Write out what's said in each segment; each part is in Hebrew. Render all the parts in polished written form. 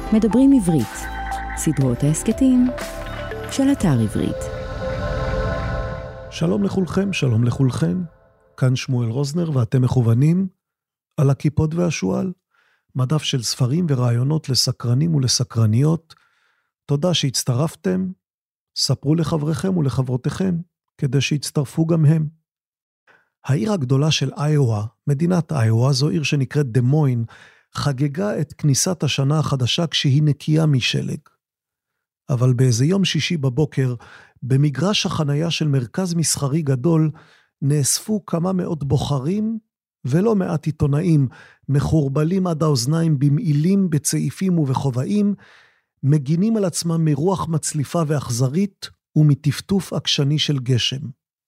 מדברים עברית, סדרות ההסקטים של אתר עברית. שלום לכולכם, שלום לכולכם. כאן שמואל רוזנר ואתם מכוונים על הכיפות והשואל, מדף של ספרים ורעיונות לסקרנים ולסקרניות. תודה שהצטרפתם, ספרו לחבריכם ולחברותיכם כדי שיצטרפו גם הם. העיר הגדולה של איואה, מדינת איואה, זו עיר שנקראת דה מוין, חגגה את כניסת השנה החדשה כשהיא נקייה משלג. אבל באיזה יום שישי בבוקר, במגרש החנייה של מרכז מסחרי גדול, נאספו כמה מאות בוחרים ולא מעט עיתונאים, מחורבלים עד האוזניים במעילים, בצעיפים ובחובעים, מגינים על עצמם מרוח מצליפה ואכזרית ומטפטוף עקשני של גשם.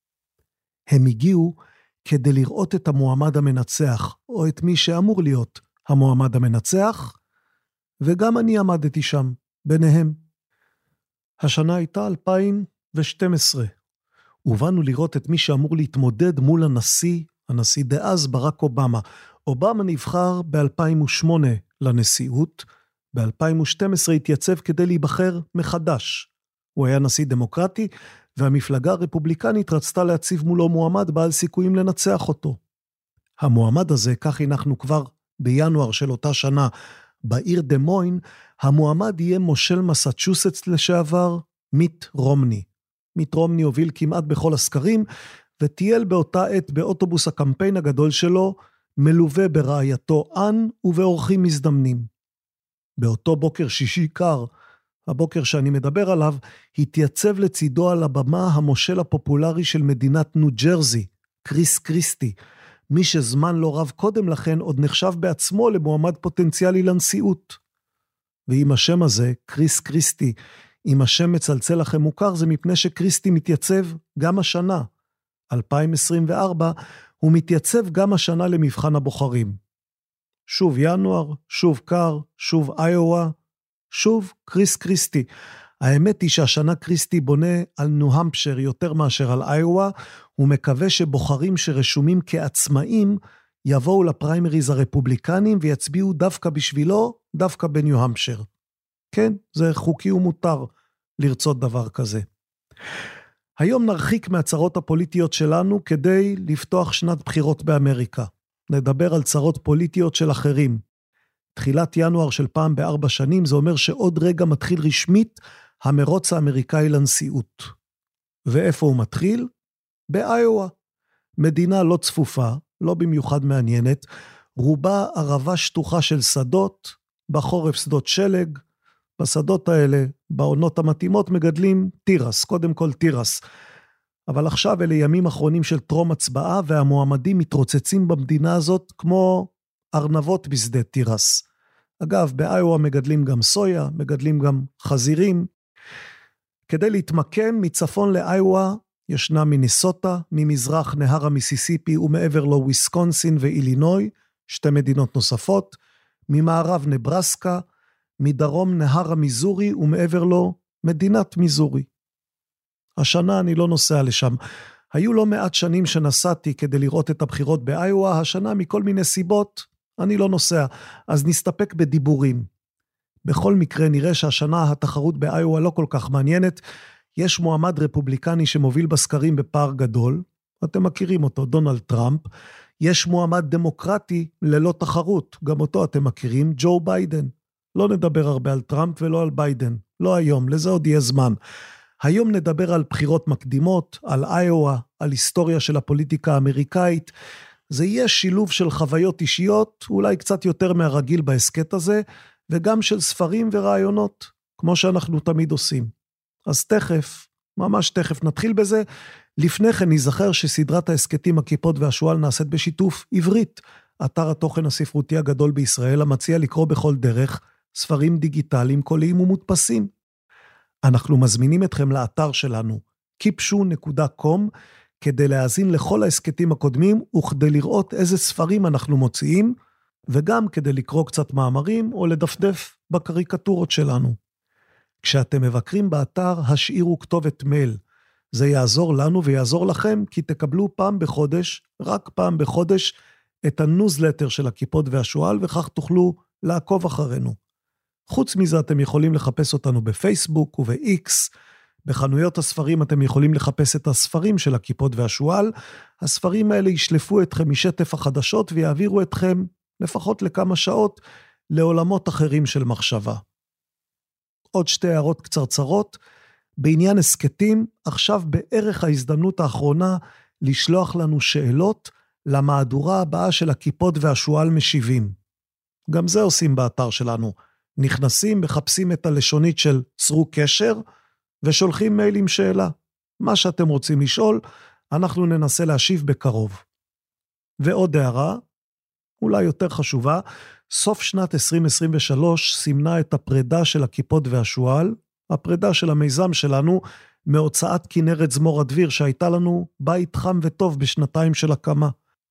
הם הגיעו כדי לראות את המועמד המנצח, או את מי שאמור להיות המועמד המנצח, וגם אני עמדתי שם, ביניהם. השנה הייתה 2012, ובאנו לראות את מי שאמור להתמודד מול הנשיא דאז ברק אובמה. אובמה נבחר ב-2008 לנשיאות, ב-2012 התייצב כדי להיבחר מחדש. הוא היה נשיא דמוקרטי, והמפלגה הרפובליקנית רצתה להציב מולו מועמד בעל סיכויים לנצח אותו. המועמד הזה, כך הנחנו כבר בינואר של אותה שנה, בעיר דה מוין, המועמד יהיה מושל מסצ'וסטס לשעבר, מיט רומני. מיט רומני הוביל כמעט בכל הסקרים, וטייל באותה עת באוטובוס הקמפיין הגדול שלו, מלווה ברעייתו אן ובאורחים מזדמנים. באותו בוקר שישי קר, הבוקר שאני מדבר עליו, התייצב לצידו על הבמה המושל הפופולרי של מדינת ניו ג'רזי, קריס קריסטי, מי שזמן לא רב קודם לכן עוד נחשב בעצמו למועמד פוטנציאלי לנשיאות. ועם השם הזה, קריס קריסטי, אם השם מצלצל לכם מוכר, זה מפני שקריסטי מתייצב גם השנה, 2024, הוא מתייצב גם השנה למבחן הבוחרים. שוב ינואר, שוב קר, שוב איואה, שוב קריס קריסטי. האמת היא שהשנה קריסטי בונה על ניו המפשר יותר מאשר על איואה, הוא מקווה שבוחרים שרשומים כעצמאים יבואו לפריימריז הרפובליקנים ויצביעו דווקא בשבילו, דווקא בניו המפשר. כן, זה חוקי ומותר לרצות דבר כזה. היום נרחיק מהצרות הפוליטיות שלנו כדי לפתוח שנת בחירות באמריקה. נדבר על צרות פוליטיות של אחרים. תחילת ינואר של פעם ב4 שנים, זה אומר שעוד רגע מתחיל רשמית המרוץ האמריקאי לנשיאות. ואיפה הוא מתחיל? באיואה. מדינה לא צפופה, לא במיוחד מעניינת, רובה ערבה שטוחה של שדות, בחורף שדות שלג, בשדות האלה, בעונות המתאימות מגדלים תירס, קודם כל תירס. אבל עכשיו אלה ימים אחרונים של טרום הצבעה, והמועמדים מתרוצצים במדינה הזאת כמו ארנבות בשדה תירס. אגב, באיואה מגדלים גם סויה, מגדלים גם חזירים. כדי להתמקם מצפון לאיואה, ישנה מיניסוטה, ממזרח נהר המיסיסיפי ומעבר לו וויסקונסין ואילינוי, 2 מדינות נוספות, ממערב נברסקה, מדרום נהר המיזורי ומעבר לו מדינת מיזורי. השנה אני לא נוסע לשם. היו לא מעט שנים שנסעתי כדי לראות את הבחירות באיואה, השנה מכל מיני סיבות אני לא נוסע, אז נסתפק בדיבורים. בכל מקרה נראה שהשנה התחרות באיואה לא כל כך מעניינת, יש מועמד רפובליקני שמוביל בסקרים בפער גדול, אתם מכירים אותו, דונלד טראמפ, יש מועמד דמוקרטי ללא תחרות, גם אותו אתם מכירים, ג'ו ביידן. לא נדבר הרבה על טראמפ ולא על ביידן, לא היום, לזה עוד יהיה זמן. היום נדבר על בחירות מקדימות, על איואה, על היסטוריה של הפוליטיקה האמריקאית. זה יהיה שילוב של חוויות אישיות, אולי קצת יותר מהרגיל בהסקט הזה, וגם של ספרים ורעיונות, כמו שאנחנו תמיד עושים. אז תכף, ממש תכף נתחיל בזה. לפני כן נזכר שסדרת ההסקטים הכיפות והשואל נעשית בשיתוף עברית, אתר התוכן הספרותי הגדול בישראל, המציע לקרוא בכל דרך ספרים דיגיטליים קוליים ומודפסים. אנחנו מזמינים אתכם לאתר שלנו, kipshu.com, כדי להאזין לכל ההסקטים הקודמים, וכדי לראות איזה ספרים אנחנו מוציאים, וגם כדי לקרוא קצת מאמרים, או לדפדף בקריקטורות שלנו. כשאתם מבקרים באתר, השאירו כתובת מייל. זה יעזור לנו ויעזור לכם, כי תקבלו פעם בחודש, רק פעם בחודש, את הניוזלטר של הכיפות והשואל, וכך תוכלו לעקוב אחרינו. חוץ מזה אתם יכולים לחפש אותנו בפייסבוק וב-X, בחנויות הספרים אתם יכולים לחפש את הספרים של הכיפות והשואל, הספרים האלה ישלפו אתכם משטף החדשות ויעבירו אתכם לפחות לכמה שעות לעולמות אחרים של מחשבה. עוד שתי הערות קצרצרות, בעניין הסקטים, עכשיו בערך ההזדמנות האחרונה לשלוח לנו שאלות למהדורה הבאה של הכיפות והשואל משיבים. גם זה עושים באתר שלנו. נכנסים, מחפשים את הלשונית של צרו קשר, ושולחים מייל עם שאלה. מה שאתם רוצים לשאול, אנחנו ננסה להשיב בקרוב. ועוד הערה, אולי יותר חשובה, סוף שנת 2023 סימנה את הפרידה של הכיפות והשואל, הפרידה של המיזם שלנו, מהוצאת כנרת זמור הדביר, שהייתה לנו בית חם וטוב בשנתיים של הקמה.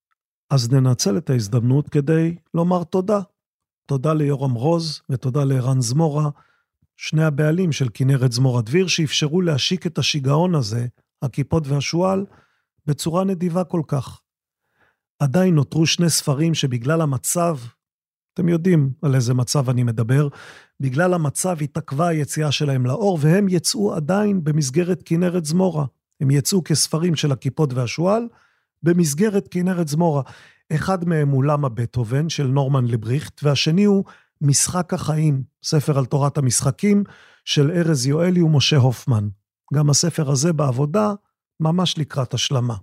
אז ננצל את ההזדמנות כדי לומר תודה. תודה ליורם רוז ותודה לערן זמורה, שני הבעלים של כנרת זמור הדביר, שאפשרו להשיק את השיגעון הזה, הכיפות והשואל, בצורה נדיבה כל כך. עדיין נותרו שני ספרים שבגלל המצב, אתם יודעים על איזה מצב אני מדבר, בגלל המצב התעכבה היציאה שלהם לאור, והם יצאו עדיין במסגרת כנרת זמורה. הם יצאו כספרים של הכיפות והשואל, במסגרת כנרת זמורה. אחד מהם הוא למה בטהובן של נורמן לבריכט, והשני הוא משחק החיים, ספר על תורת המשחקים של ארז יואלי ומשה הופמן. גם הספר הזה בעבודה ממש לקראת השלמה.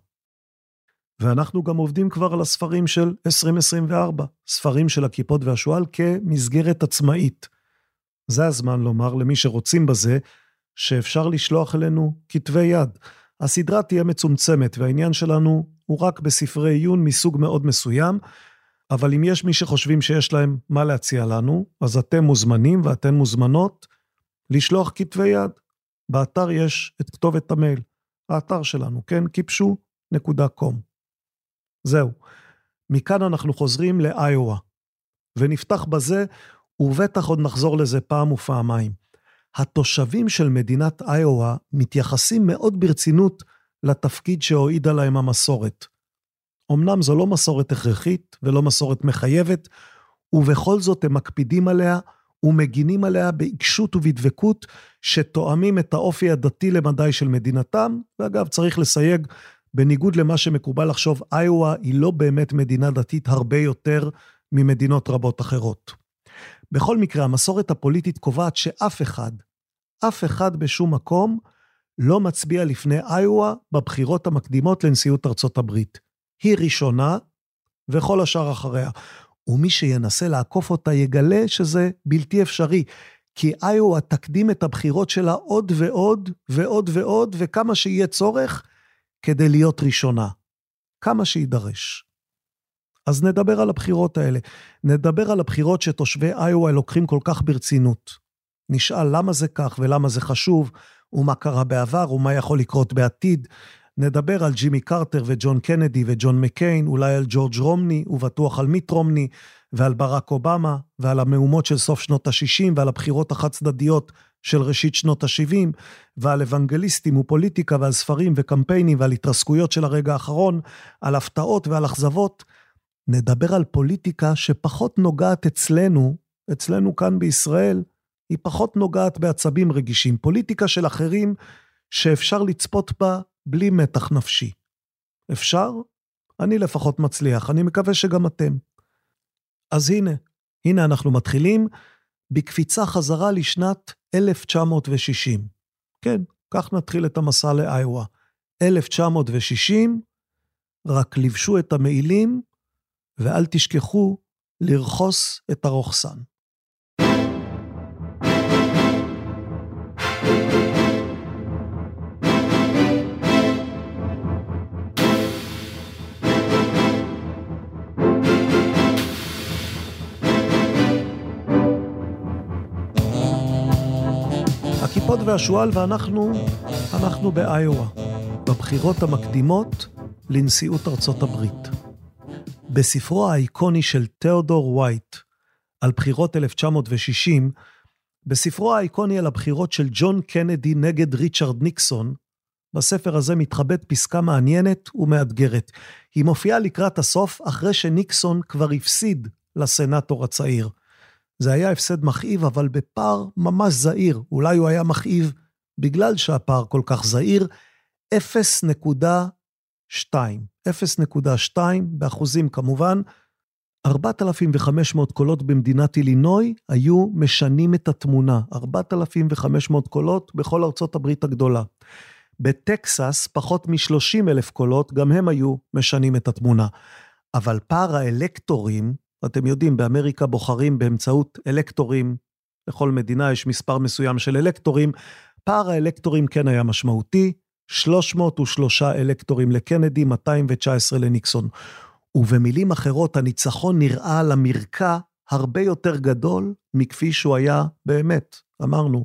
ואנחנו גם עובדים כבר על הספרים של 2024, ספרים של הכיפות והשואל כמסגרת עצמאית. זה הזמן לומר למי שרוצים בזה, שאפשר לשלוח אלינו כתבי יד. הסדרה תהיה מצומצמת, והעניין שלנו הוא רק בספרי עיון מסוג מאוד מסוים, אבל אם יש מי שחושבים שיש להם מה להציע לנו, אז אתם מוזמנים ואתן מוזמנות לשלוח כתבי יד. באתר יש את כתובת המייל, האתר שלנו, כן, kipshu.com. זהו. מכאן אנחנו חוזרים לאיואה, ונפתח בזה, ובטח עוד נחזור לזה פעם ופעמיים. התושבים של מדינת איואה מתייחסים מאוד ברצינות לתפקיד שהועידה להם המסורת. אמנם זו לא מסורת הכרחית ולא מסורת מחייבת, ובכל זאת הם מקפידים עליה ומגינים עליה בעיקשות ובדבקות שתואמים את האופי הדתי למדי של מדינתם, ואגב צריך לסייג, בניגוד למה שמקובל לחשוב, איואה היא לא באמת מדינה דתית הרבה יותר ממדינות רבות אחרות. בכל מקרה, המסורת הפוליטית קובעת שאף אחד בשום מקום לא מצביע לפני איואה בבחירות המקדימות לנשיאות ארצות הברית. היא ראשונה וכל השאר אחריה. ומי שינסה לעקוף אותה יגלה שזה בלתי אפשרי, כי איואה תקדים את הבחירות שלה עוד ועוד ועוד ועוד, וכמה שיהיה צורך כדי להיות ראשונה. כמה שידרש. אז נדבר על הבחירות האלה. נדבר על הבחירות שתושבי איואה לוקחים כל כך ברצינות. נשאל למה זה כך ולמה זה חשוב, ומה קרה בעבר ומה יכול לקרות בעתיד. נדבר על ג'ימי קרטר וג'ון קנדי וג'ון מקיין, אולי על ג'ורג' רומני, ובטוח על מיט רומני, ועל ברק אובמה, ועל המהומות של סוף שנות ה-60, ועל הבחירות החד-צדדיות של ראשית שנות ה-70, ועל אוונגליסטים ופוליטיקה, ועל ספרים וקמפיינים, ועל התרסקויות של הרגע האחרון, על הפתעות ועל אכזבות. נדבר על פוליטיקה שפחות נוגעת אצלנו כאן בישראל, היא פחות נוגעת בעצבים רגישים. פוליטיקה של אחרים שאפשר לצפות בה בלי מתח נפשי. אפשר? אני לפחות מצליח, אני מקווה שגם אתם. אז הנה אנחנו מתחילים בקפיצה חזרה לשנת 1960. כן, כך נתחיל את המסע לאיואה. 1960, רק לבשו את המעילים, ואל תשכחו לרחוס את הרוחסן. הכיפות והשואל ואנחנו באיואה, בבחירות המקדימות לנשיאות ארצות הברית. בספרו האיקוני של תיאודור ווייט על בחירות 1960, בספרו האיקוני על הבחירות של ג'ון קנדי נגד ריצ'רד ניקסון, בספר הזה מתחבאת פסקה מעניינת ומאתגרת. היא מופיעה לקראת הסוף אחרי שניקסון כבר הפסיד לסנאטור הצעיר. זה היה הפסד מכאיב, אבל בפער ממש זהיר. אולי הוא היה מכאיב בגלל שהפער כל כך זהיר, 0.2. 0.2 באחוזים כמובן, 4,500 קולות במדינת אילינוי היו משנים את התמונה. 4,500 קולות בכל ארצות הברית הגדולה. בטקסס פחות מ-30,000 קולות, גם הם היו משנים את התמונה. אבל פער האלקטורים, אתם יודעים, באמריקה בוחרים באמצעות אלקטורים, לכל מדינה יש מספר מסוים של אלקטורים, פער האלקטורים כן היה משמעותי, 303 אלקטורים לקנדי, 219 לניקסון. ובמילים אחרות, הניצחון נראה למרקע הרבה יותר גדול מכפי שהוא היה באמת. אמרנו,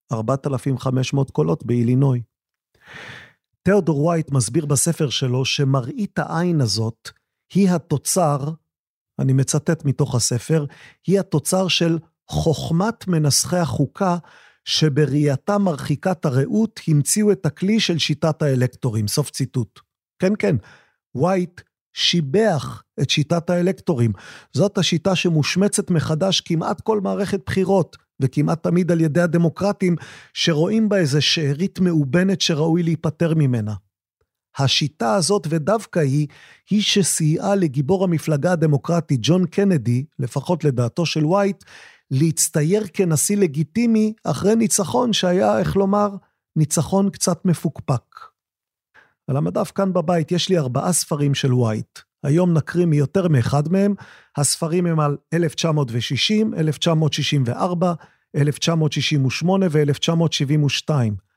4,500 קולות באילינוי. תיאודור ווייט מסביר בספר שלו שמראית העין הזאת היא התוצר, אני מצטט מתוך הספר, היא התוצר של חוכמת מנסחי החוקה שבראייתה מרחיקת הראות המציאו את הכלי של שיטת האלקטורים. סוף ציטוט. כן, כן, ווייט שיבח את שיטת האלקטורים. זאת השיטה שמושמצת מחדש כמעט כל מערכת בחירות, וכמעט תמיד על ידי הדמוקרטים, שרואים בה איזה שארית מאובנת שראוי להיפטר ממנה. השיטה הזאת ודווקא היא שסייעה לגיבור המפלגה הדמוקרטית ג'ון קנדי, לפחות לדעתו של ווייט, להצטייר כנשיא לגיטימי אחרי ניצחון שהיה, איך לומר, ניצחון קצת מפוקפק. על המדף כאן בבית יש לי 4 ספרים של ווייט. היום נקריא מיותר מאחד מהם. הספרים הם על 1960, 1964, 1968 ו-1972.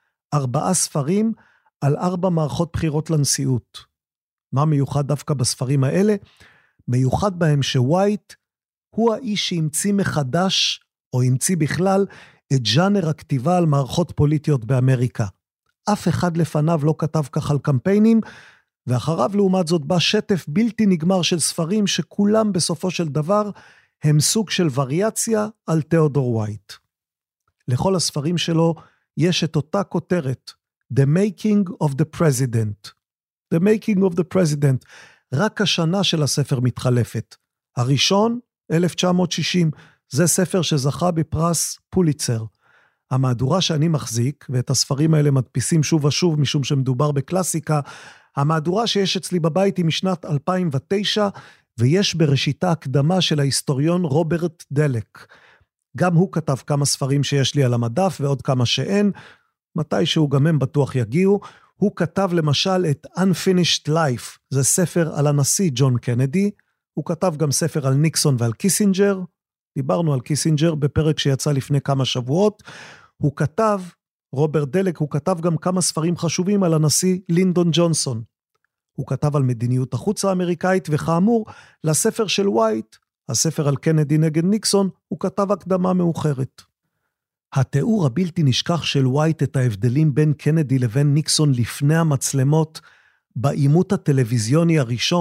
4 ספרים על 4 מערכות בחירות לנשיאות. מה מיוחד דווקא בספרים האלה? מיוחד בהם שווייט הוא האיש שהמציא מחדש, או המציא בכלל, את ז'אנר הכתיבה על מערכות פוליטיות באמריקה. אף אחד לפניו לא כתב כך על קמפיינים, ואחריו לעומת זאת בא שטף בלתי נגמר של ספרים שכולם בסופו של דבר הם סוג של וריאציה על תיאודור ווייט. לכל הספרים שלו יש את אותה כותרת, The Making of the President. The Making of the President. רק השנה של הספר מתחלפת. הראשון, 1960, זה ספר שזכה בפרס פוליצר. המהדורה שאני מחזיק, ואת הספרים האלה מדפיסים שוב ושוב, משום שמדובר בקלאסיקה, המהדורה שיש אצלי בבית היא משנת 2009, ויש בראשיתה הקדמה של ההיסטוריון רוברט דלק. גם הוא כתב כמה ספרים שיש לי על המדף, ועוד כמה שאין, מתישהו גם הם בטוח יגיעו. הוא כתב למשל את Unfinished Life, זה ספר על הנשיא ג'ון קנדי, הוא כתב גם ספר על ניקסון ועל קיסינג'ר, דיברנו על קיסינג'ר בפרק שיצא לפני כמה שבועות, הוא כתב, רוברט דלק, הוא כתב גם כמה ספרים חשובים על הנשיא לינדון ג'ונסון, הוא כתב על מדיניות החוץ האמריקאית, וכאמור, לספר של ווייט, הספר על קנדי נגד ניקסון, הוא כתב הקדמה מאוחרת. התיאור הבלתי נשכח של ווייט את ההבדלים בין קנדי לבין ניקסון לפני המצלמות, בעימות הטלוויזיוני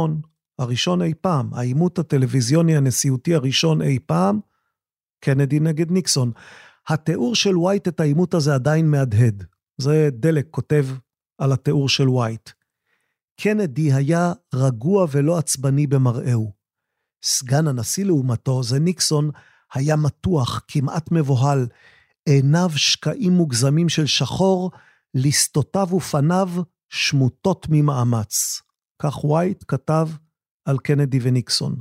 הראשון אי פעם, העימות הטלוויזיוני הנשיאותי הראשון אי פעם, קנדי נגד ניקסון. התיאור של ווייט את העימות הזה עדיין מהדהד. זה דלק כותב על התיאור של ווייט. קנדי היה רגוע ולא עצבני במראהו. סגן הנשיא לעומתו, זה ניקסון, היה מתוח, כמעט מבוהל, עיניו שקעים מוגזמים של שחור, ליסטותיו ופניו שמוטות ממאמץ. כך ווייט כתב על קנדי וניקסון.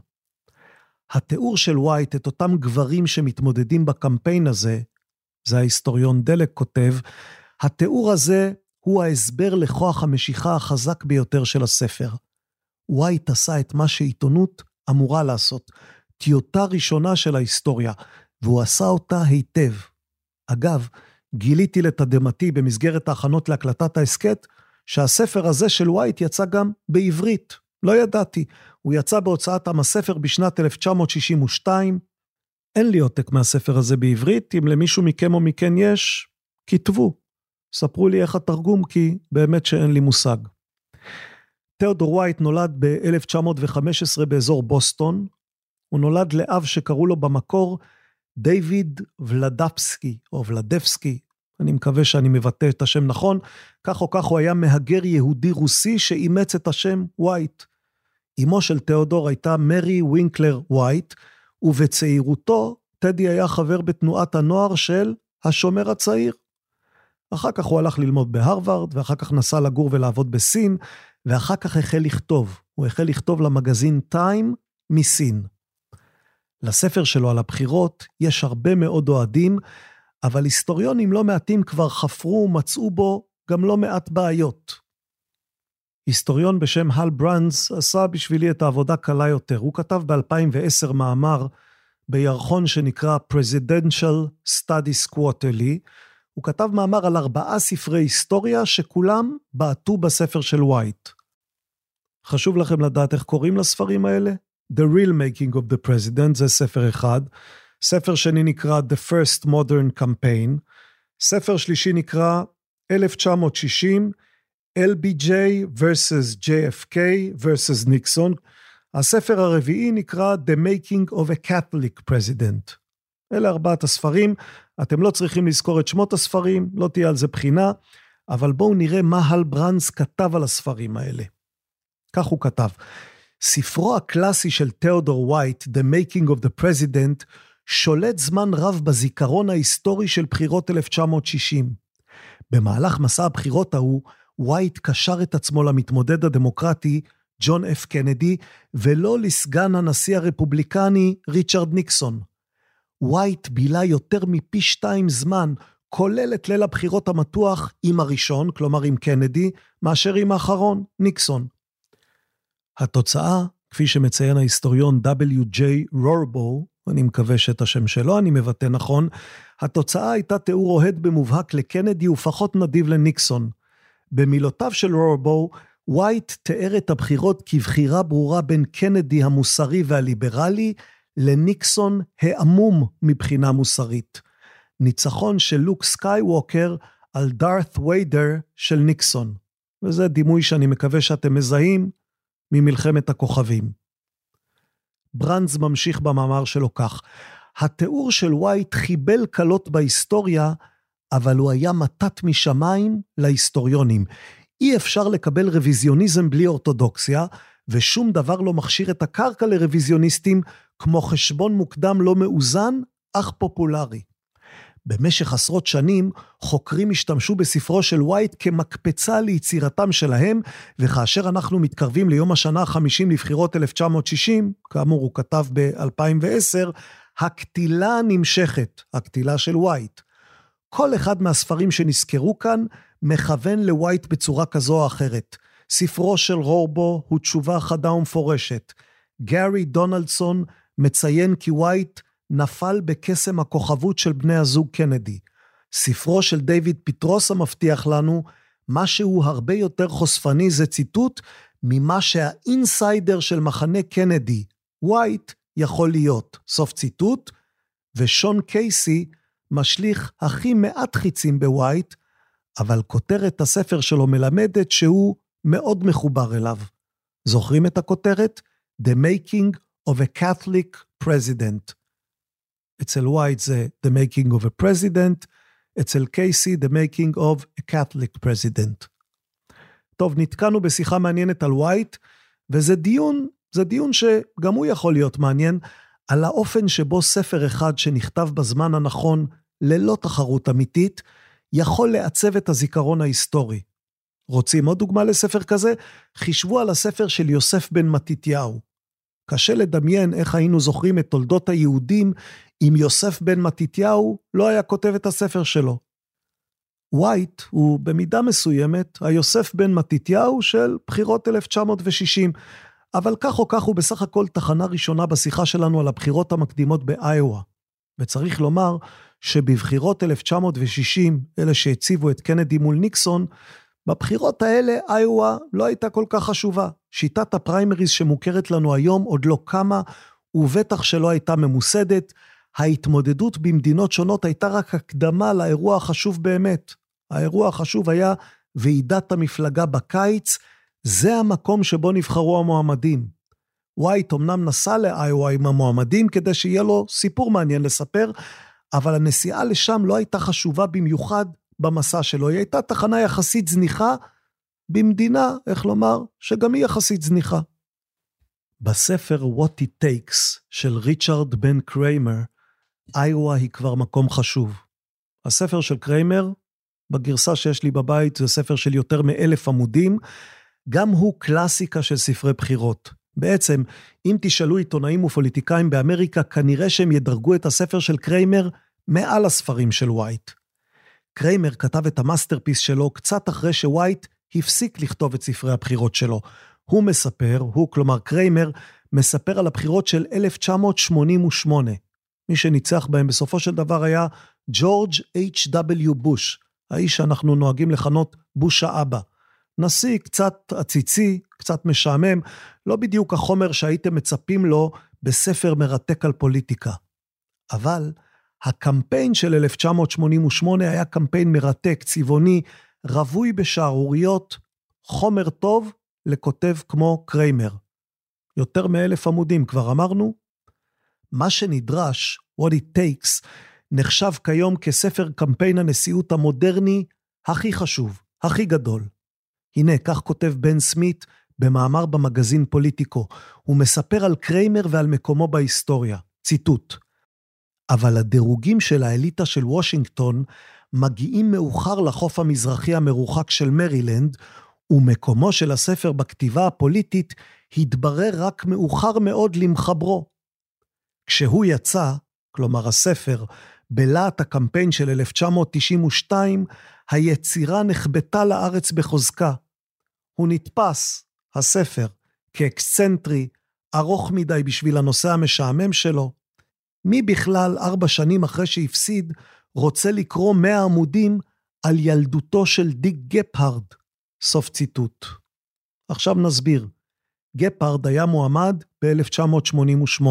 התיאור של ווייט את אותם גברים שמתמודדים בקמפיין הזה, זה ההיסטוריון דלק כותב, התיאור הזה הוא ההסבר לכוח המשיכה החזק ביותר של הספר. ווייט עשה את מה שעיתונות אמורה לעשות, טיוטה ראשונה של ההיסטוריה, והוא עשה אותה היטב. אגב, גיליתי לתדהמתי במסגרת ההכנות להקלטת ההסכת, שהספר הזה של ווייט יצא גם בעברית. לא ידעתי, הוא יצא בהוצאת עם הספר בשנת 1962, אין לי עותק מהספר הזה בעברית, אם למישהו מכם או מכן יש, כתבו. ספרו לי איך התרגום, כי באמת שאין לי מושג. תיאודור ווייט נולד ב-1915 באזור בוסטון, הוא נולד לאב שקראו לו במקור דיוויד ולדפסקי, או ולדפסקי, אני מקווה שאני מבטא את השם נכון, כך או כך הוא היה מהגר יהודי רוסי שאימץ את השם ווייט. אמו של תיאודור הייתה מרי וינקלר ווייט, ובצעירותו טדי היה חבר בתנועת הנוער של השומר הצעיר. אחר כך הוא הלך ללמוד בהרווארד, ואחר כך נסע לגור ולעבוד בסין, ואחר כך החל לכתוב. הוא החל לכתוב למגזין טיים מסין. לספר שלו על הבחירות יש הרבה מאוד אוהדים, אבל היסטוריונים לא מעטים כבר חפרו ומצאו בו גם לא מעט בעיות. היסטוריון בשם הל ברנדס עשה בשבילי את העבודה קלה יותר. הוא כתב ב-2010 מאמר בירחון שנקרא Presidential Studies Quarterly. הוא כתב מאמר על 4 ספרי היסטוריה שכולם בעטו בספר של ווייט. חשוב לכם לדעת איך קוראים לספרים האלה? The Real Making of the President, זה ספר אחד. ספר שני נקרא The First Modern Campaign. ספר שלישי נקרא 1960, LBJ versus JFK versus Nixon. הספר הרביעי נקרא The Making of a Catholic President. אלה 4 הספרים, אתם לא צריכים לזכור את שמות הספרים, לא תהיה על זה בחינה, אבל בואו נראה מה הל ברנדס כתב על הספרים האלה. כך הוא כתב, ספרו הקלאסי של תיאודור ווייט, The Making of the President, שולט זמן רב בזיכרון ההיסטורי של בחירות 1960. במהלך מסע הבחירות ההוא, ווייט קשר את עצמו למתמודד הדמוקרטי, ג'ון אף קנדי, ולא לסגן הנשיא הרפובליקני, ריצ'רד ניקסון. ווייט בילה יותר מפי 2 זמן, כולל את ליל הבחירות המתוח עם הראשון, כלומר עם קנדי, מאשר עם האחרון, ניקסון. התוצאה, כפי שמציין ההיסטוריון W.J. רורבו, אני מקווה שאת השם שלו אני מבטא נכון, התוצאה הייתה תיאור אוהד במובהק לקנדי ופחות נדיב לניקסון. במילותיו של רורבו, ווייט תיאר את הבחירות כבחירה ברורה בין קנדי המוסרי והליברלי, לניקסון העמום מבחינה מוסרית. ניצחון של לוק סקייווקר על דארת ויידר של ניקסון. וזה דימוי שאני מקווה שאתם מזהים ממלחמת הכוכבים. ברנדס ממשיך במאמר שלו כך, התיאור של ווייט חיבל קלות בהיסטוריה, אבל הוא היה מתת משמיים להיסטוריונים. אי אפשר לקבל רוויזיוניזם בלי אורתודוקסיה, ושום דבר לא מכשיר את הקרקע לרוויזיוניסטים, כמו חשבון מוקדם לא מאוזן, אך פופולרי. במשך עשרות שנים, חוקרים השתמשו בספרו של ווייט כמקפצה ליצירתם שלהם, וכאשר אנחנו מתקרבים ליום השנה ה-50 לבחירות 1960, כאמור הוא כתב ב-2010, הקטילה נמשכת, הקטילה של ווייט. כל אחד מהספרים שנזכרו כאן, מכוון לווייט בצורה כזו או אחרת. ספרו של רורבו הוא תשובה חדה ומפורשת. גארי דונלדסון מציין כי ווייט נפל בקסם הכוכבות של בני הזוג קנדי. ספרו של דיוויד פטרוס המבטיח לנו, משהו הרבה יותר חושפני זה ציטוט, ממה שהאינסיידר של מחנה קנדי, ווייט, יכול להיות. סוף ציטוט, ושון קייסי משליך הכי מעט חיצים בווייט, אבל כותרת הספר שלו מלמדת שהוא מאוד מחובר אליו. זוכרים את הכותרת? The Making of a Catholic President. אצל ווייט זה The Making of a President, אצל קייסי The Making of a Catholic President. טוב, נתקענו בשיחה מעניינת על ווייט, וזה דיון שגם הוא יכול להיות מעניין, על האופן שבו ספר אחד שנכתב בזמן הנכון, ללא תחרות אמיתית, יכול לעצב את הזיכרון ההיסטורי. רוצים עוד דוגמה לספר כזה? חישבו על הספר של יוסף בן מתתיהו. קשה לדמיין איך היינו זוכרים את תולדות היהודים, אם יוסף בן מתתיהו לא היה כותב את הספר שלו. ווייט הוא במידה מסוימת היוסף בן מתתיהו של בחירות 1960, אבל כך או כך הוא בסך הכל תחנה ראשונה בשיחה שלנו על הבחירות המקדימות באיואה. וצריך לומר שבבחירות 1960, אלה שהציבו את קנדי מול ניקסון, בבחירות האלה איואה לא הייתה כל כך חשובה. שיטת הפריימריז שמוכרת לנו היום עוד לא קמה, ובטח שלא הייתה ממוסדת. ההתמודדות במדינות שונות הייתה רק הקדמה לאירוע החשוב באמת. האירוע החשוב היה ועידת המפלגה בקיץ, זה המקום שבו נבחרו המועמדים. ווייט אמנם נסע לאיואה עם המועמדים כדי שיהיה לו סיפור מעניין לספר, אבל הנסיעה לשם לא הייתה חשובה במיוחד במסע שלו. היא הייתה תחנה יחסית זניחה במדינה, איך לומר, שגם היא יחסית זניחה. בספר What It Takes של ריצ'רד בן קריימר, איואה היא כבר מקום חשוב. הספר של קריימר, בגרסה שיש לי בבית, זה ספר של יותר מ1,000 עמודים, גם הוא קלאסיקה של ספרי בחירות. בעצם, אם תשאלו עיתונאים ופוליטיקאים באמריקה, כנראה שהם ידרגו את הספר של קריימר מעל הספרים של ווייט. קריימר כתב את המאסטרפיס שלו קצת אחרי שווייט הפסיק לכתוב את ספרי הבחירות שלו. הוא מספר, כלומר קריימר, מספר על הבחירות של 1988. מי שניצח בהם בסופו של דבר היה ג'ורג' H.W. בוש, האיש שאנחנו נוהגים לכנות בוש האבא. נשיא קצת עציצי, קצת משעמם, לא בדיוק החומר שהייתם מצפים לו בספר מרתק על פוליטיקה. אבל הקמפיין של 1988 היה קמפיין מרתק, צבעוני, רבוי בשערוריות, חומר טוב לכותב כמו קריימר. יותר מ1,000 עמודים, כבר אמרנו. מה שנדרש, what it takes, נחשב כיום כספר קמפיין הנשיאות המודרני הכי חשוב, הכי גדול. הנה, כך כותב בן סמית במאמר במגזין פוליטיקו. הוא מספר על קריימר ועל מקומו בהיסטוריה. ציטוט. אבל הדירוגים של האליטה של וושינגטון מגיעים מאוחר לחוף המזרחי המרוחק של מרילנד, ומקומו של הספר בכתיבה הפוליטית התברר רק מאוחר מאוד למחברו. כשהוא יצא, כלומר הספר, בלהט הקמפיין של 1992, היצירה נחבטה לארץ בחוזקה. הוא נתפס, הספר, כאקסצנטרי, ארוך מדי בשביל הנושא המשעמם שלו. מי בכלל 4 שנים אחרי שהפסיד, רוצה לקרוא 100 עמודים על ילדותו של דיק גפהרד? סוף ציטוט. עכשיו נסביר. גפהרד היה מועמד ב-1988.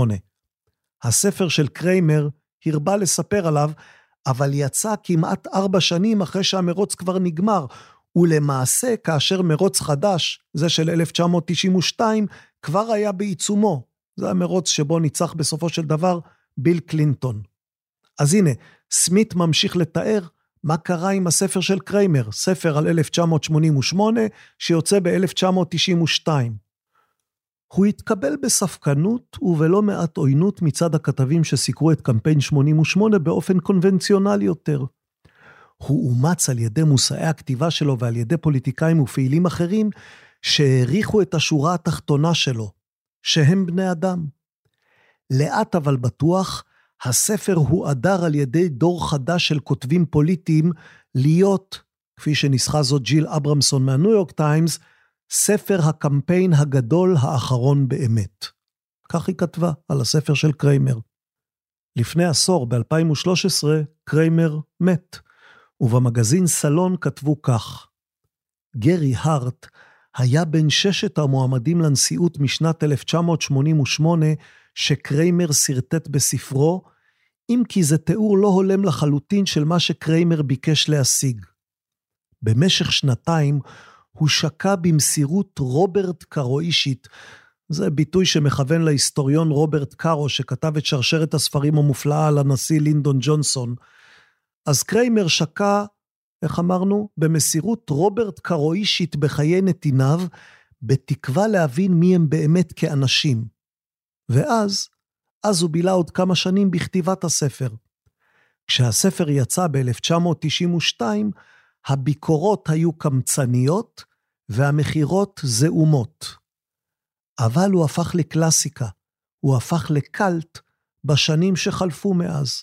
הספר של קריימר הרבה לספר עליו, אבל יצא כמעט 4 שנים אחרי שהמרוץ כבר נגמר, ולמעשה כאשר מרוץ חדש, זה של 1992, כבר היה בעיצומו. זה המרוץ שבו ניצח בסופו של דבר ביל קלינטון. אז הנה, סמית ממשיך לתאר מה קרה עם הספר של קריימר, ספר על 1988 שיוצא ב-1992. הוא התקבל בספקנות ובלא מעט עוינות מצד הכתבים שסיקרו את קמפיין 88 באופן קונבנציונלי יותר. הוא אומץ על ידי מושאי הכתיבה שלו ועל ידי פוליטיקאים ופעילים אחרים שהעריכו את השורה התחתונה שלו, שהם בני אדם. לאט אבל בטוח, הספר הועדר על ידי דור חדש של כותבים פוליטיים להיות, כפי שניסחה זאת ג'יל אברמסון מהניו יורק טיימס, ספר הקמפיין הגדול האחרון באמת. כך היא כתבה על הספר של קריימר. לפני עשור, ב-2013, קריימר מת, ובמגזין סלון כתבו כך: גרי הארט היה בין 6 המועמדים לנשיאות משנת 1988 שקריימר סרטט בספרו, אם כי זה תיאור לא הולם לחלוטין של מה שקריימר ביקש להשיג. במשך 2 הוא שקע במסירות רוברט קארוישית, זה ביטוי שמכוון להיסטוריון רוברט קארו שכתב את שרשרת הספרים המופלאה על הנשיא לינדון ג'ונסון. אז קריימר שקע, איך אמרנו, במסירות רוברט קארוישית בחיי נתיניו, בתקווה להבין מי הם באמת כאנשים. ואז הוא בילה עוד כמה שנים בכתיבת הספר. כשהספר יצא ב-1992, הביקורות היו קמצניות, והמחירות זעומות. אבל הוא הפך לקלאסיקה, הוא הפך לקלט בשנים שחלפו מאז.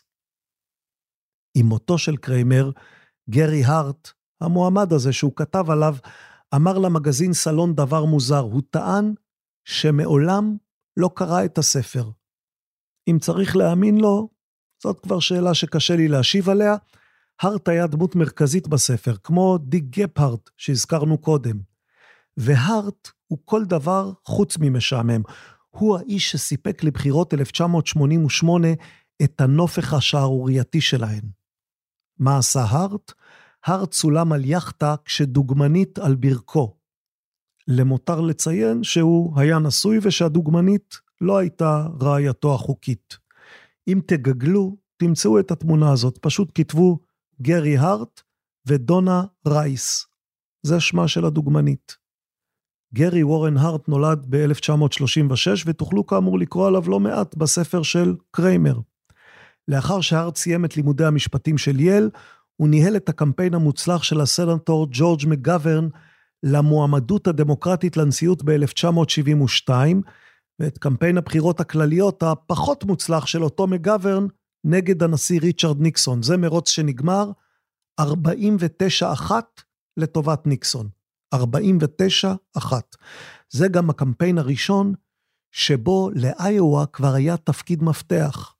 עם מותו של קריימר, גרי הארט, המועמד הזה שהוא כתב עליו, אמר למגזין סלון דבר מוזר, הוא טען שמעולם לא קרא את הספר. אם צריך להאמין לו, זאת כבר שאלה שקשה לי להשיב עליה. הארט היה דמות מרכזית בספר, כמו דיק גפהרד שהזכרנו קודם. והארט הוא כל דבר חוץ ממשעמם. הוא האיש שסיפק לבחירות 1988 את הנופך השערורייתי שלהן. מה עשה הארט? הארט צולם על יחטה כשדוגמנית על ברכו. למותר לציין שהוא היה נשוי ושהדוגמנית לא הייתה רעייתו החוקית. אם תגגלו, תמצאו את התמונה הזאת, פשוט כתבו גרי הארט ודונה רייס. זה שמה של הדוגמנית. גרי וורן הארט נולד ב-1936 ותוכלו כאמור לקרוא עליו לא מעט בספר של קריימר. לאחר שהארט סיים את לימודי המשפטים של יל, הוא ניהל את הקמפיין המוצלח של הסנטור ג'ורג' מגוורן למועמדות הדמוקרטית לנשיאות ב-1972, ואת קמפיין הבחירות הכלליות הפחות מוצלח של אותו מגוורן נגד הנשיא ריצ'רד ניקסון. זה מרוץ שנגמר 49-1 לטובת ניקסון. 49-1. זה גם הקמפיין הראשון שבו לאיואה כבר היה תפקיד מפתח.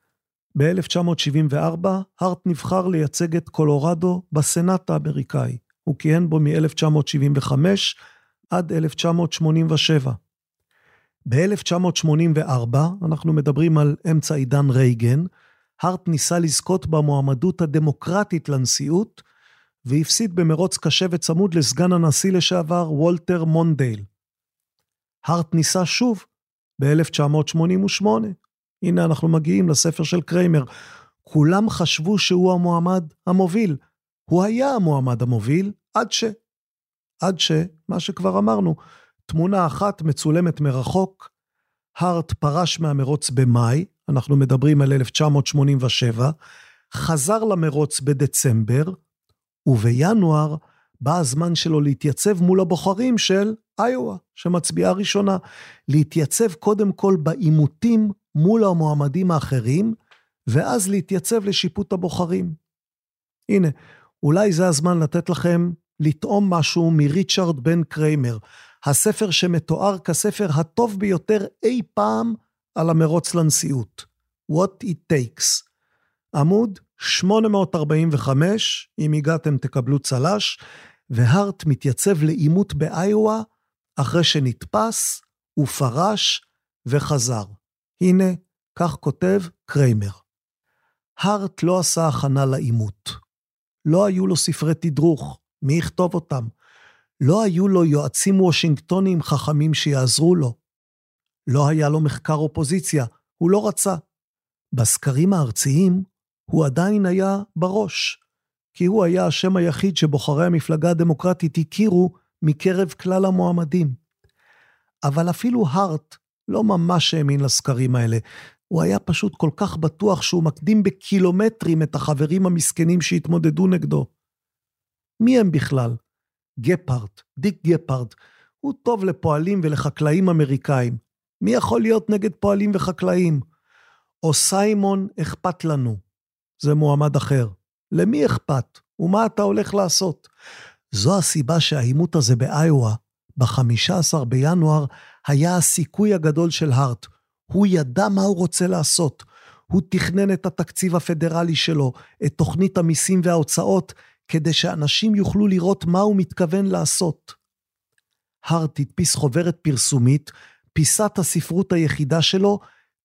ב-1974 הארט נבחר לייצג את קולורדו בסנאט האמריקאי. הוא כיהן בו מ-1975 עד 1987. ב-1984, אנחנו מדברים על אמצע עידן רייגן, הארט ניסה לזכות במועמדות הדמוקרטית לנשיאות, והפסיד במרוץ קשה וצמוד לסגן הנשיא לשעבר וולטר מונדייל. הארט ניסה שוב ב-1988. הנה אנחנו מגיעים לספר של קריימר. כולם חשבו שהוא המועמד המוביל. הוא היה המועמד המוביל עד ש, מה שכבר אמרנו, תמונה אחת מצולמת מרחוק, הארט פרש מהמרוץ במאי, אנחנו מדברים על 1987, חזר למרוץ בדצמבר, ובינואר בא הזמן שלו להתייצב מול הבוחרים של איואה, שמצביעה ראשונה, להתייצב קודם כל בעימותים מול המועמדים האחרים, ואז להתייצב לשיפוט הבוחרים. הנה, אולי זה הזמן לתת לכם לטעום משהו מריצ'רד בן קריימר, הספר שמתואר כספר הטוב ביותר אי פעם על המרוץ לנשיאות. What it takes. עמוד 845, אם הגעתם תקבלו צלש, והארט מתייצב לאימות באיואה, אחרי שנתפס, ופרש וחזר. הנה, כך כותב קריימר. הארט לא עשה הכנה לאימות. לא היו לו ספרי תדרוך, מי יכתוב אותם? לא היו לו יועצים וושינגטונים חכמים שיעזרו לו. לא היה לו מחקר אופוזיציה, הוא לא רצה. בסקרים הארציים הוא עדיין היה בראש, כי הוא היה השם היחיד שבוחרי המפלגה הדמוקרטית הכירו מקרב כלל המועמדים. אבל אפילו הארט לא ממש האמין לסקרים האלה, הוא היה פשוט כל כך בטוח שהוא מקדים בקילומטרים את החברים המסכנים שהתמודדו נגדו. מי הם בכלל? גפארט, דיק גפארט, הוא טוב לפועלים ולחקלאים אמריקאים. מי יכול להיות נגד פועלים וחקלאים? או סיימון אכפת לנו. זה מועמד אחר. למי אכפת? ומה אתה הולך לעשות? זו הסיבה שהאימות הזה באיואה, ב-15 בינואר, היה הסיכוי הגדול של הארט. הוא ידע מה הוא רוצה לעשות. הוא תכנן את התקציב הפדרלי שלו, את תוכנית המיסים וההוצאות, כדי שאנשים יוכלו לראות מה הוא מתכוון לעשות. הארט הדפיס חוברת פרסומית, פיסת הספרות היחידה שלו,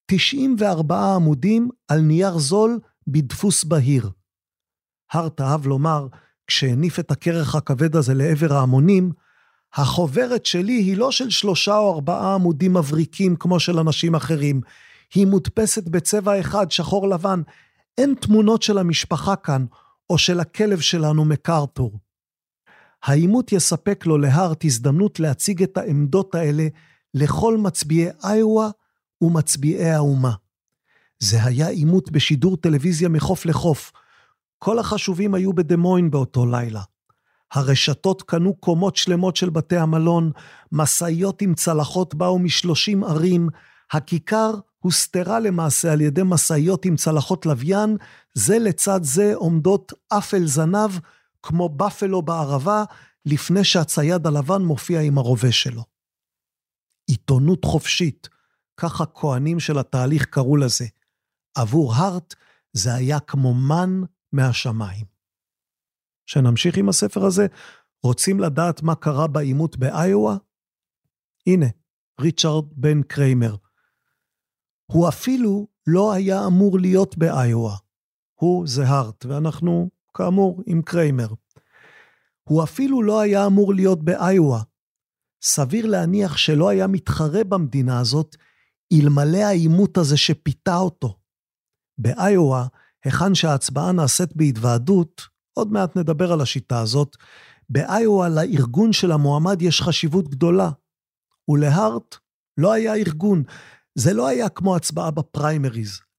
94 עמודים על נייר זול בדפוס בהיר. הארט אהב לומר, כשהניף את הכרך הכבד הזה לעבר ההמונים, החוברת שלי היא לא של 3 או 4 עמודים מבריקים כמו של אנשים אחרים, היא מודפסת בצבע אחד שחור לבן, אין תמונות של המשפחה כאן, או של הכלב שלנו מקארתור. האימות יספק לו להארט הזדמנות להציג את העמדות האלה לכל מצביעי איואה ומצביעי האומה. זה היה אימות בשידור טלוויזיה מחוף לחוף. כל החשובים היו בדמוין באותו לילה. הרשתות קנו קומות שלמות של בתי המלון, מסעיות עם צלחות באו מ30 ערים, הכיכר הוסתרה למעשה על ידי מסעיות עם צלחות לוויין, זה לצד זה עומדות אפל זנב, כמו בפלו בערבה, לפני שהצייד הלבן מופיע עם הרובה שלו. עיתונות חופשית, כך הכהנים של התהליך קראו לזה. עבור הארט זה היה כמו מן מהשמיים. שנמשיך עם הספר הזה, רוצים לדעת מה קרה באימות באיואה? הנה, ריצ'רד בן קריימר. הוא אפילו לא היה אמור להיות באיואה. הוא זה הארט, ואנחנו כאמור עם קריימר. הוא אפילו לא היה אמור להיות באיואה. סביר להניח שלא היה מתחרה במדינה הזאת, אלמלא האימות הזה שפיתה אותו. באיואה, היכן שההצבעה נעשית בהתוועדות, עוד מעט נדבר על השיטה הזאת, באיואה לארגון של המועמד יש חשיבות גדולה, ולהארט לא היה ארגון, זה לא היה כמו הצבעה בפריימריז,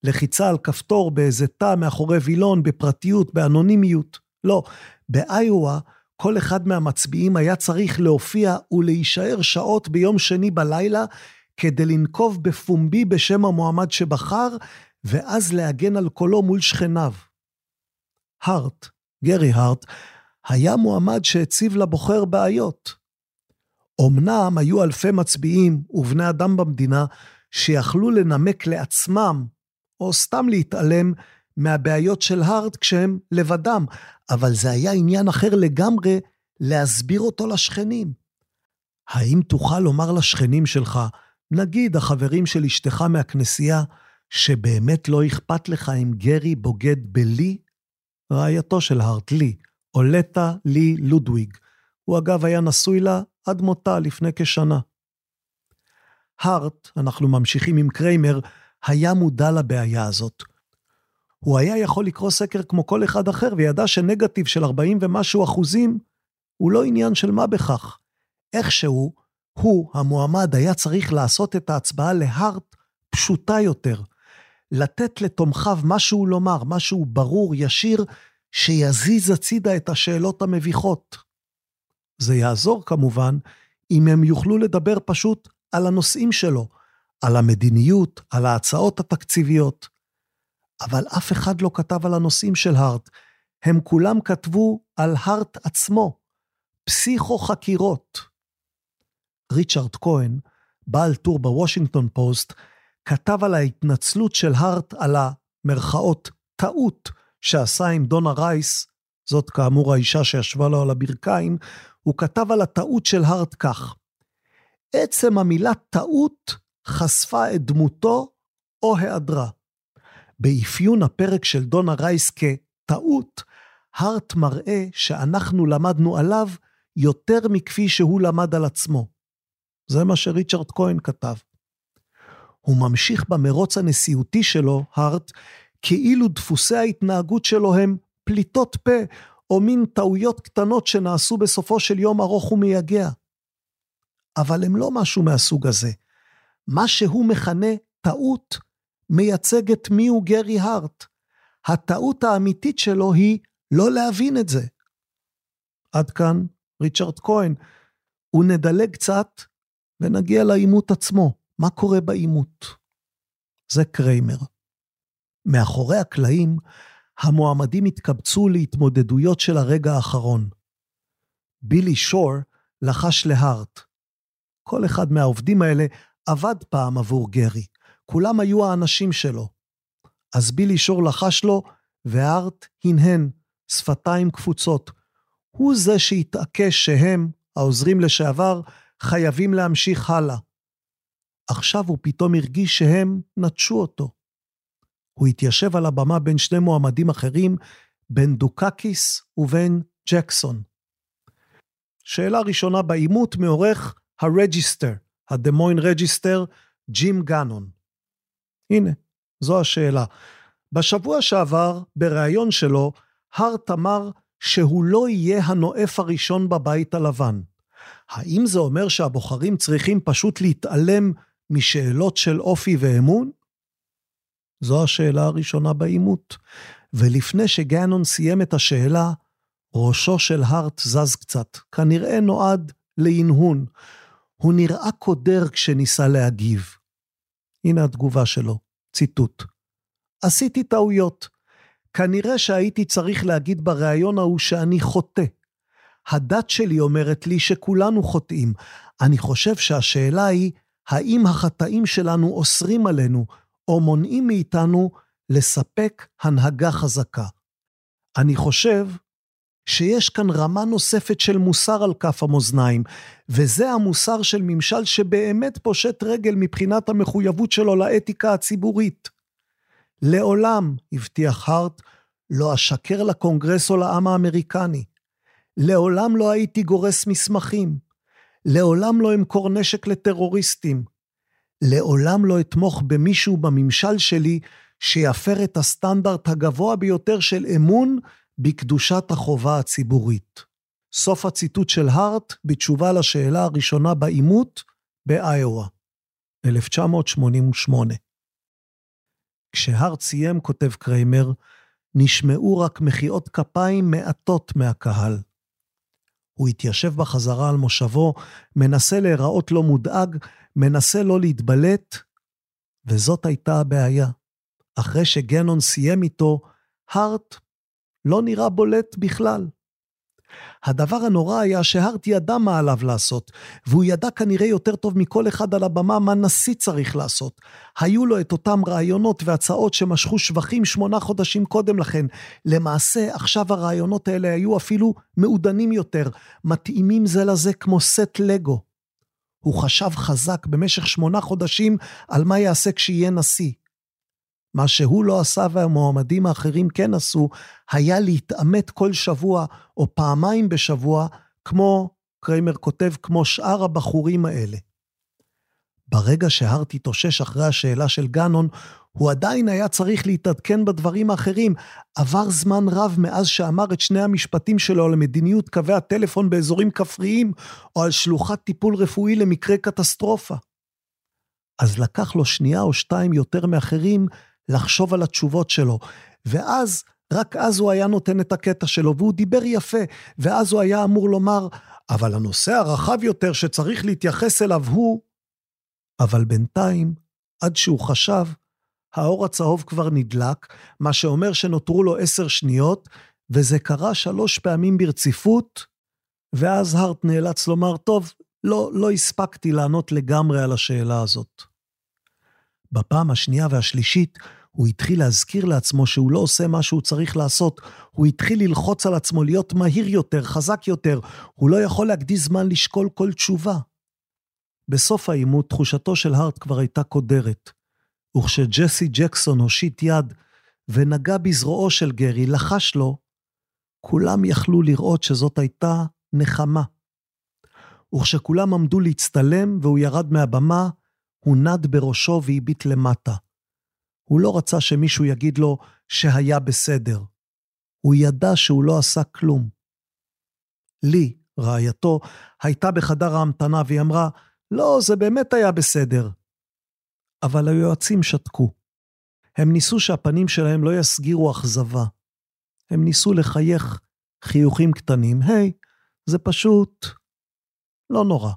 לחיצה על כפתור באיזה תא מאחורי וילון, בפרטיות, באנונימיות. לא, באיואה כל אחד מהמצביעים היה צריך להופיע ולהישאר שעות ביום שני בלילה, כדי לנקוב בפומבי בשם המועמד שבחר, ואז להגן על קולו מול שכניו. הארט, גרי הארט, היה מועמד שהציב לבוחר בעיות. אמנם היו אלפי מצביעים ובני אדם במדינה, שיכלו לנמק לעצמם, או סתם להתעלם מהבעיות של הארט כשהם לבדם, אבל זה היה עניין אחר לגמרי להסביר אותו לשכנים. האם תוכל לומר לשכנים שלך, נגיד החברים של אשתך מהכנסייה, שבאמת לא אכפת לך אם גרי בוגד בלי? רעייתו של הארט, לי, אולטה לי לודוויג. הוא אגב היה נשוי לה עד מותה לפני כשנה. הארט, אנחנו ממשיכים עם קריימר, היה מודע לבעיה הזאת. הוא היה יכול לקרוא סקר כמו כל אחד אחר, וידע שנגטיב של 40 ומשהו אחוזים, הוא לא עניין של מה בכך. איכשהו, הוא, המועמד, היה צריך לעשות את ההצבעה להארט פשוטה יותר. לתת לתומכיו משהו לומר, משהו ברור, ישיר, שיזיז הצידה את השאלות המביכות. זה יעזור כמובן, אם הם יוכלו לדבר פשוט על הנושאים שלו, על המדיניות, על ההצעות התקציביות. אבל אף אחד לא כתב על הנושאים של הארט, הם כולם כתבו על הארט עצמו, פסיכו-חקירות. ריצ'רד כהן, בעל טור בוושינגטון פוסט, כתב על ההתנצלות של הארט על המרכאות טעות שעשה עם דונה רייס, זאת כאמור האישה שישבה לו על הברכיים, הוא כתב על הטעות של הארט כך: עצם המילה טעות חשפה את דמותו או היעדרה. באפיון הפרק של דונה רייס כטעות, הארט מראה שאנחנו למדנו עליו יותר מכפי שהוא למד על עצמו. זה מה שריצ'רד כהן כתב. הוא ממשיך במרוץ הנשיאותי שלו, הארט, כאילו דפוסי ההתנהגות שלו הם פליטות פה, או מין טעויות קטנות שנעשו בסופו של יום ארוך ומייגע. אבל הם לא משהו מהסוג הזה. מה שהוא מכנה טעות, מייצג את מי הוא גרי הארט. הטעות האמיתית שלו היא לא להבין את זה. עד כאן ריצ'רד כהן. ונדלג קצת ונגיע לאימות עצמו. מה קורה באימות? זה קריימר. מאחורי הקלעים, המועמדים התקבצו להתמודדויות של הרגע האחרון. בילי שור לחש להארט. כל אחד מהעובדים האלה עבד פעם עבור גרי. כולם היו האנשים שלו. אז בילי שור לחש לו, והארט הנהן, שפתיים קפוצות. הוא זה שהתעקש שהם, העוזרים לשעבר, חייבים להמשיך הלאה. עכשיו הוא פתאום הרגיש שהם נטשו אותו. הוא התיישב על הבמה בין שני מועמדים אחרים, בין דוקקיס ובין ג'קסון. שאלה ראשונה באימות מעורך הרג'יסטר, הדמוין רג'יסטר, ג'ים גאנון. הנה, זו השאלה. בשבוע שעבר, בריאיון שלו, הארט אמר שהוא לא יהיה הנואף הראשון בבית הלבן. האם זה אומר שהבוחרים צריכים פשוט להתעלם משאלות של אופי ואמון? זו השאלה הראשונה באימות. ולפני שגאנון סיים את השאלה, ראשו של הארט זז קצת. כנראה נועד להנהון. הוא נראה קודר כשניסה להגיב. הנה התגובה שלו, ציטוט. עשיתי טעויות. כנראה שהייתי צריך להגיד בריאיון ההוא שאני חוטא. הדת שלי אומרת לי שכולנו חוטאים. אני חושב שהשאלה היא, האם החטאים שלנו אוסרים עלינו, או מונעים מאיתנו לספק הנהגה חזקה. אני חושב שיש כאן רמה נוספת של מוסר על כף המאזניים, וזה המוסר של ממשל שבאמת פושט רגל מבחינת המחויבות שלו לאתיקה הציבורית. לעולם, הבטיח הארט, לא אשקר לקונגרס או לעם האמריקני. לעולם לא הייתי גורס מסמכים. לעולם לא אמכור נשק לטרוריסטים. לעולם לא אתמוך במישהו בממשל שלי שיפר את הסטנדרט הגבוה ביותר של אמון בקדושת החובה הציבורית. סוף הציטוט של הארט בתשובה לשאלה הראשונה באימות באיואה, 1988. כשהארט סיים, כותב קריימר, נשמעו רק מחיאות כפיים מעטות מהקהל. הוא התיישב בחזרה על מושבו, מנסה להיראות לא מודאג, מנסה לא להתבלט, וזאת הייתה הבעיה. אחרי שגנון סיים איתו, הארט לא נראה בולט בכלל. הדבר הנורא היה שהארט ידע מה עליו לעשות, והוא ידע כנראה יותר טוב מכל אחד על הבמה מה נשיא צריך לעשות. היו לו את אותם רעיונות והצעות שמשכו שבחים 8 חודשים קודם לכן. למעשה, עכשיו הרעיונות האלה היו אפילו מעודנים יותר, מתאימים זה לזה כמו סט לגו. הוא חשב חזק במשך 8 חודשים על מה יעשה כשיהיה נשיא. מה שהוא לא עשה והמועמדים האחרים כן עשו, היה להתאמת כל שבוע או פעמיים בשבוע, כמו, קריימר כותב, כמו שאר הבחורים האלה. ברגע שהארט התאושש אחרי השאלה של גנון, הוא עדיין היה צריך להתעדכן בדברים האחרים. עבר זמן רב מאז שאמר את 2 המשפטים שלו על מדיניות קווי הטלפון באזורים כפריים, או על שלוחת טיפול רפואי למקרה קטסטרופה. אז לקח לו 1 או 2 יותר מאחרים לחשוב על התשובות שלו, ואז, רק אז הוא היה נותן את הקטע שלו, והוא דיבר יפה, ואז הוא היה אמור לומר, אבל הנושא הרחב יותר שצריך להתייחס אליו הוא, אבל בינתיים, עד שהוא חשב, האור הצהוב כבר נדלק, מה שאומר שנותרו לו 10 שניות, וזה קרה 3 פעמים ברציפות, ואז הארט נאלץ לומר, טוב, לא הספקתי לענות לגמרי על השאלה הזאת. בפעם השנייה והשלישית, הוא התחיל להזכיר לעצמו שהוא לא עושה מה שהוא צריך לעשות, הוא התחיל ללחוץ על עצמו להיות מהיר יותר, חזק יותר, הוא לא יכול להקדיש זמן לשקול כל תשובה. בסוף העימות, תחושתו של הארט כבר הייתה קודרת, וכשג'סי ג'קסון הושיט יד ונגע בזרועו של גרי, לחש לו, כולם יכלו לראות שזאת הייתה נחמה. וכשכולם עמדו להצטלם והוא ירד מהבמה, הוא נד בראשו והביט למטה. הוא לא רצה שמישהו יגיד לו שהיה בסדר. הוא ידע שהוא לא עשה כלום. לי, רעייתו, הייתה בחדר ההמתנה והיא אמרה, לא, זה באמת היה בסדר. אבל היועצים שתקו. הם ניסו שהפנים שלהם לא יסגירו אכזבה. הם ניסו לחייך חיוכים קטנים. היי, זה פשוט לא נורא.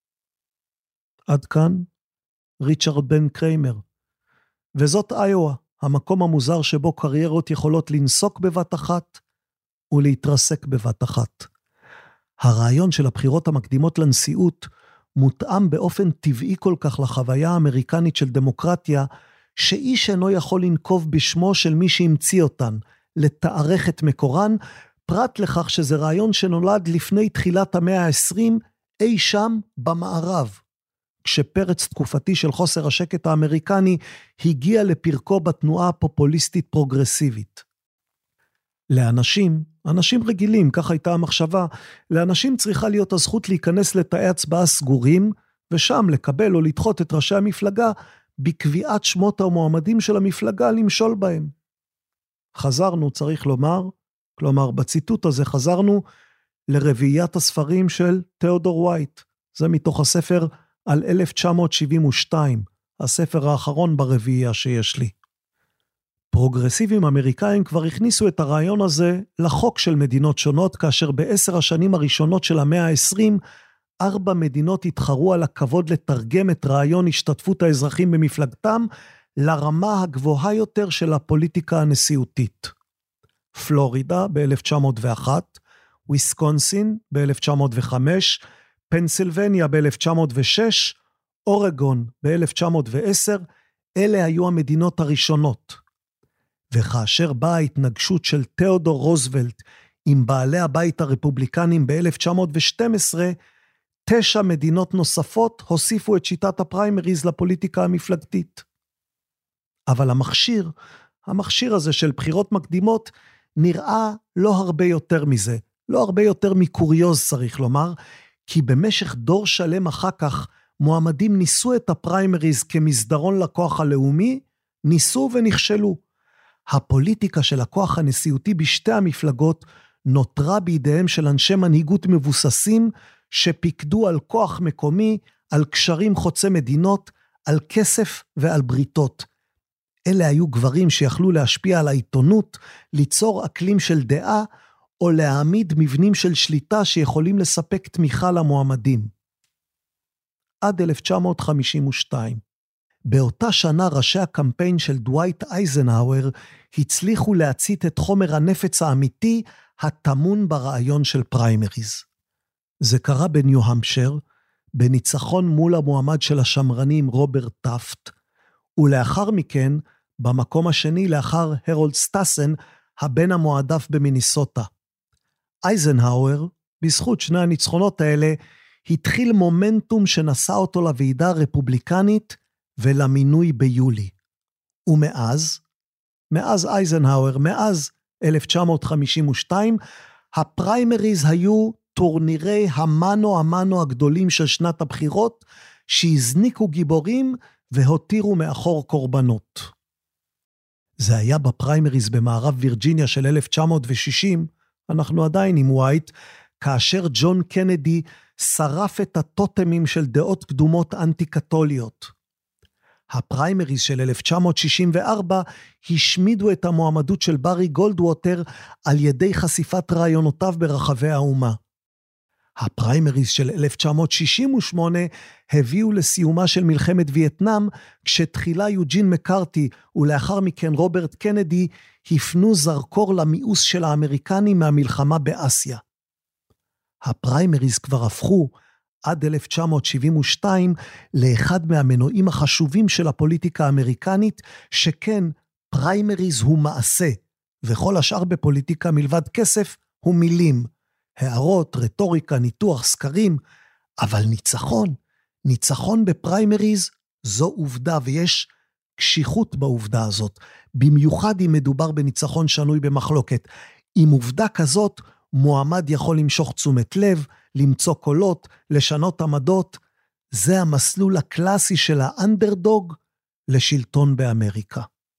עד כאן ריצ'רד בן קריימר. וזאת איואה, המקום המוזר שבו קריירות יכולות לנסוק בבת אחת ולהתרסק בבת אחת. הרעיון של הבחירות המקדימות לנשיאות מותאם באופן טבעי כל כך לחוויה האמריקנית של דמוקרטיה, שאיש אינו יכול לנקוב בשמו של מי שהמציא אותן, לתארך את מקורן, פרט לכך שזה רעיון שנולד לפני תחילת המאה ה-20, אי שם במערב. כשפרץ תקופתי של חוסר השקט האמריקני הגיע לפרקו בתנועה הפופוליסטית פרוגרסיבית. לאנשים, אנשים רגילים, כך הייתה המחשבה, לאנשים צריכה להיות הזכות להיכנס לתאי הצבעה סגורים, ושם לקבל או לדחות את ראשי המפלגה, בקביעת שמות המועמדים של המפלגה למשול בהם. חזרנו, צריך לומר, כלומר בציטוט הזה חזרנו לרביעיית הספרים של תיאודור ווייט, זה מתוך הספר על 1972, הספר האחרון ברביעייה שיש לי. פרוגרסיבים אמריקאים כבר הכניסו את הרעיון הזה לחוק של מדינות שונות, כאשר ב10 השנים הראשונות של המאה ה-20, 4 מדינות התחרו על הכבוד לתרגם את רעיון השתתפות האזרחים במפלגתם, לרמה הגבוהה יותר של הפוליטיקה הנשיאותית. פלורידה ב-1901, וויסקונסין ב-1905, פנסילבניה ב-1906, אורגון ב-1910, אלה היו המדינות הראשונות. וכאשר באה ההתנגשות של תיאודור רוזוולט עם בעלי הבית הרפובליקנים ב-1912, 9 מדינות נוספות הוסיפו את שיטת הפריימריז לפוליטיקה המפלגתית. אבל המכשיר הזה של בחירות מקדימות נראה לא הרבה יותר מזה, לא הרבה יותר מקוריוז צריך לומר, כי במשך דור שלם אחר כך מועמדים ניסו את הפריימריז כמסדרון לכוח הלאומי, ניסו ונכשלו. הפוליטיקה של הכוח הנשיאותי בשתי המפלגות נותרה בידיהם של אנשי מנהיגות מבוססים שפיקדו על כוח מקומי, על קשרים חוצי מדינות, על כסף ועל בריתות. אלה היו גברים שיכלו להשפיע על העיתונות, ליצור אקלים של דעה, או להעמיד מבנים של שליטה שיכולים לספק תמיכה למועמדים. עד 1952. באותה שנה ראשי הקמפיין של דווייט אייזנהאואר הצליחו להצית את חומר הנפץ האמיתי הטמון ברעיון של פריימריז. זה קרה בניו-המפשר, בניצחון מול המועמד של השמרנים רוברט טאפט, ולאחר מכן במקום השני לאחר הרולד סטאסן, הבן המועדף במיניסוטה. אייזנהאואר, בזכות שני הניצחונות האלה, התחיל מומנטום שנשא אותו לוועידה הרפובליקנית ולמינוי ביולי. מאז אייזנהאואר, מאז 1952, הפריימריז היו טורנירי המנו הגדולים של שנת הבחירות, שהזניקו גיבורים והותירו מאחור קורבנות. זה היה בפריימריז במערב וירג'יניה של 1960, אנחנו עדיין עם ווייט, כאשר ג'ון קנדי שרף את הטוטמים של דעות קדומות אנטי-קתוליות. הפריימריז של 1964 השמידו את המועמדות של ברי גולדווטר על ידי חשיפת רעיונותיו ברחבי האומה. הפריימריז של 1968 הביאו לסיומה של מלחמת וייטנאם, כשתחילה יוג'ין מקארתי ולאחר מכן רוברט קנדי הפנו זרקור למיאוס של האמריקנים מהמלחמה באסיה. הפריימריז כבר הפכו עד 1972 לאחד מהמנועים החשובים של הפוליטיקה האמריקנית, שכן פריימריז הוא מעשה, וכל השאר בפוליטיקה מלבד כסף הוא מילים, הערות, רטוריקה, ניתוח, סקרים, אבל ניצחון בפריימריז זו עובדה, ויש קשיחות בעובדה הזאת, במיוחד אם מדובר בניצחון שנוי במחלוקת. עם עובדה כזאת, מועמד יכול למשוך תשומת לב, למצוא קולות, לשנות עמדות. זה המסלול הקלאסי של האנדרדוג לשלטון באמריקה.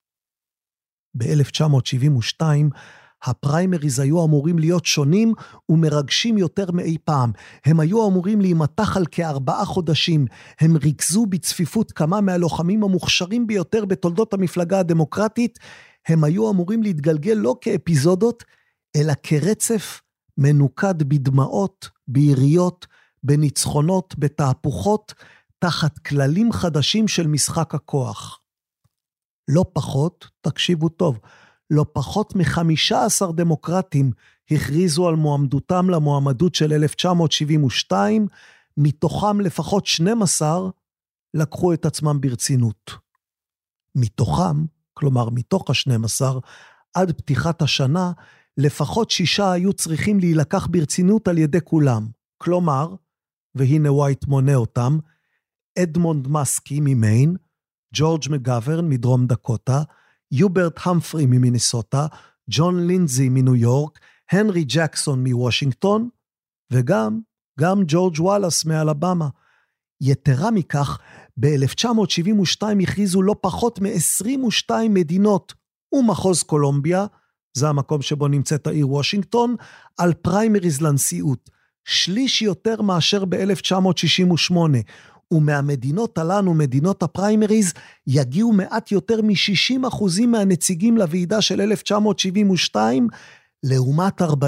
ב-1972, הפריימריז היו אמורים להיות שונים ומרגשים יותר מאי פעם. הם היו אמורים להימתח על כ4 חודשים. הם ריכזו בצפיפות כמה מהלוחמים המוכשרים ביותר בתולדות המפלגה הדמוקרטית. הם היו אמורים להתגלגל לא כאפיזודות, אלא כרצף מנוקד בדמעות, ביריות, בניצחונות, בתהפוכות, תחת כללים חדשים של משחק הכוח. לא פחות, תקשיבו טוב, לא פחות מ15 דמוקרטים הכריזו על מועמדותם למועמדות של 1972, מתוכם לפחות 12 לקחו את עצמם ברצינות. מתוכם, כלומר מתוך ה-12, עד פתיחת השנה, לפחות 6 היו צריכים להילקח ברצינות על ידי כולם. כלומר, והנה ווייט מונה אותם, אדמונד מסקי ממיין, ג'ורג' מגוורן מדרום דקוטה, יוברט המפרי ממיניסוטה, ג'ון לינדזי מניו יורק, הנרי ג'קסון מוושינגטון, וגם ג'ורג' וואלאס מאלבמה. יתרה מכך, ב-1972 הכריזו לא פחות מ-22 מדינות ומחוז קולומביה, זה המקום שבו נמצאת העיר וושינגטון, על פריימריז לנשיאות, שליש יותר מאשר ב-1968, ומהמדינות הללו, מדינות הפריימריז, יגיעו מעט יותר מ-60% מהנציגים לוועידה של 1972, לעומת 40%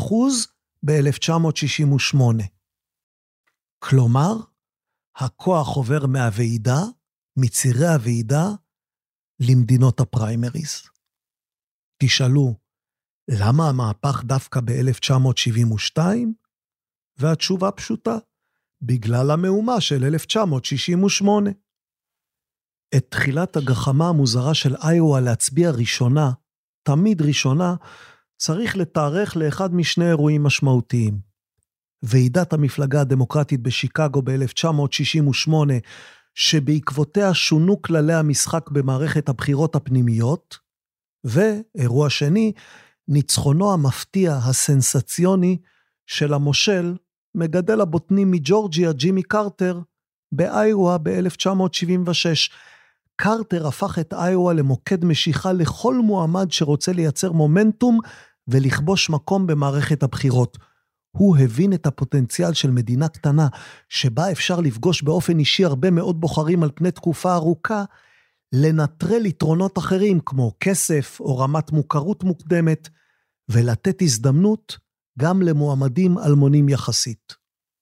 ב-1968. כלומר, הכוח עובר מהוועידה, מצירי הוועידה, למדינות הפריימריז. תשאלו, למה המהפך דווקא ב-1972? והתשובה פשוטה, בגלל המהומה של 1968. את תחילת הגחמה המוזרה של איואה להצביע ראשונה, תמיד ראשונה, צריך לתארך לאחד משני אירועים משמעותיים. ועידת המפלגה הדמוקרטית בשיקגו ב-1968, שבעקבותיה שונו כללי המשחק במערכת הבחירות הפנימיות, ואירוע שני, ניצחונו המפתיע, הסנסציוני, של המושל, מגדל הבוטנים מג'ורג'יה, ג'ימי קרטר, באיואה ב-1976. קרטר הפך את איואה למוקד משיכה לכל מועמד שרוצה לייצר מומנטום ולכבוש מקום במערכת הבחירות. הוא הבין את הפוטנציאל של מדינה קטנה, שבה אפשר לפגוש באופן אישי הרבה מאוד בוחרים על פני תקופה ארוכה, לנטרל יתרונות אחרים כמו כסף או רמת מוכרות מוקדמת, ולתת הזדמנות גם למועמדים אלמונים יחסית.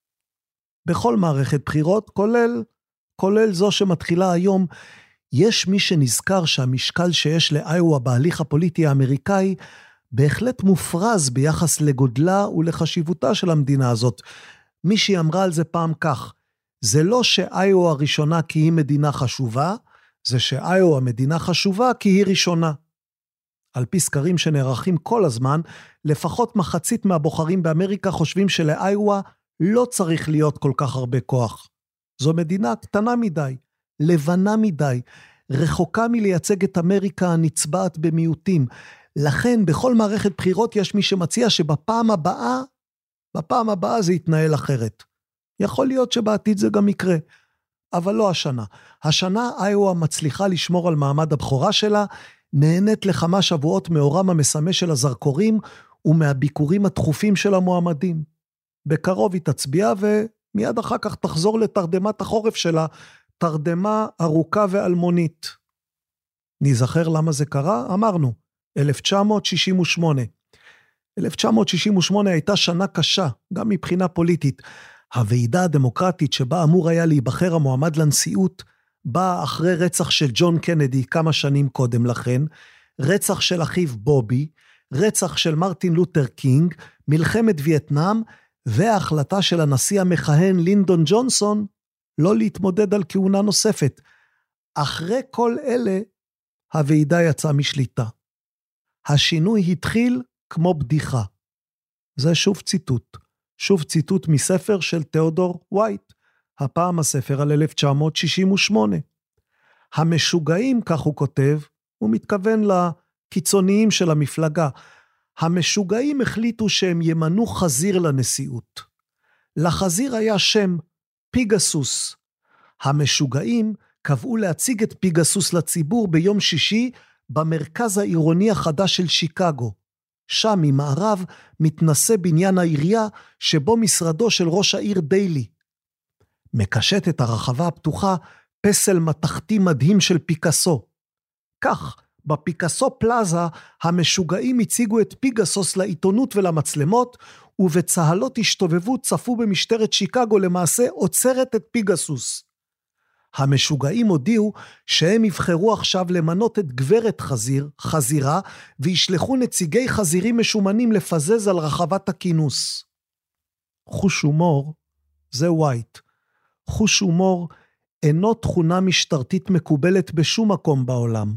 בכל מערכת בחירות, כולל זו שמתחילה היום, יש מי שנזכר שהמשקל שיש לאיואה בהליך הפוליטי האמריקאי, בהחלט מופרז ביחס לגודלה ולחשיבותה של המדינה הזאת. מישהי אמרה על זה פעם כך, זה לא שאיואה ראשונה כי היא מדינה חשובה, זה שאיואה מדינה חשובה כי היא ראשונה. על פי סקרים שנערכים כל הזמן, לפחות מחצית מהבוחרים באמריקה חושבים שלאיואה לא צריך להיות כל כך הרבה כוח. זו מדינה קטנה מדי, לבנה מדי, רחוקה מלייצג את אמריקה הנצבעת במיעוטים. לכן בכל מערכת בחירות יש מי שמציע שבפעם הבאה זה יתנהל אחרת. יכול להיות שבעתיד זה גם יקרה, אבל לא השנה. השנה איואה מצליחה לשמור על מעמד הבכורה שלה, נהנית לכמה שבועות מאורם המסמא של הזרקורים, ומהביקורים התכופים של המועמדים. בקרוב היא תצביע, ומיד אחר כך תחזור לתרדמת החורף שלה, תרדמה ארוכה ואלמונית. נזכר למה זה קרה? אמרנו, 1968. 1968 הייתה שנה קשה, גם מבחינה פוליטית. הוועידה הדמוקרטית שבה אמור היה להיבחר המועמד לנשיאות, באה אחרי רצח של ג'ון קנדי כמה שנים קודם לכן, רצח של אחיו בובי, רצח של מרטין לותר קינג, מלחמת וייטנאם, וההחלטה של הנשיא המכהן לינדון ג'ונסון, לא להתמודד על כהונה נוספת. אחרי כל אלה, הוועידה יצאה משליטה. השינוי התחיל כמו בדיחה. זה שוב ציטוט מספר של תיאודור ווייט, הפעם הספר על 1968. המשוגעים, כך הוא כותב, הוא מתכוון לקיצוניים של המפלגה, המשוגעים החליטו שהם ימנו חזיר לנשיאות. לחזיר היה שם פיגסוס. המשוגעים קבעו להציג את פיגסוס לציבור ביום שישי במרכז העירוני החדש של שיקגו. שם ממערב מתנסה בניין העירייה שבו משרדו של ראש העיר דיילי. מקשט את הרחבה הפתוחה פסל מתכתי מדהים של פיקאסו. כך, בפיקאסו פלאזה המשוגעים הציגו את פיגסוס לעיתונות ולמצלמות, ובצהלות השתובבות צפו במשטרת שיקגו למעשה עוצרת את פיגסוס. המשוגעים הודיעו שהם יבחרו עכשיו למנות את גברת חזירה, וישלחו נציגי חזירים משומנים לפזז על רחבת הכינוס. חוש הומור, זה ווייט. חוש הומור אינו תכונה משטרתית מקובלת בשום מקום בעולם.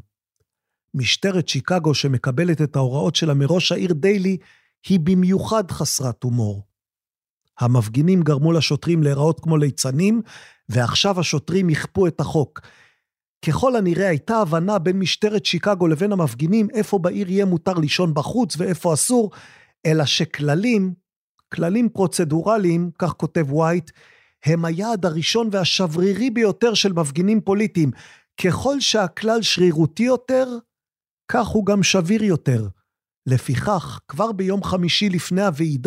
משטרת שיקגו שמקבלת את ההוראות שלה מראש העיר דיילי, היא במיוחד חסרת הומור. המפגינים גרמו לשוטרים להיראות כמו ליצנים, ועכשיו השוטרים יכפו את החוק. ככל הנראה הייתה הבנה בין משטרת שיקגו לבין המפגינים, איפה בעיר יהיה מותר לישון בחוץ ואיפה אסור, אלא שכללים, כללים פרוצדורליים, כך כותב ווייט, הם היעד הראשון והשברירי ביותר של מפגינים פוליטיים. ככל שהכלל שרירותי יותר, כך הוא גם שביר יותר. לפיכך, כבר ביום חמישי לפני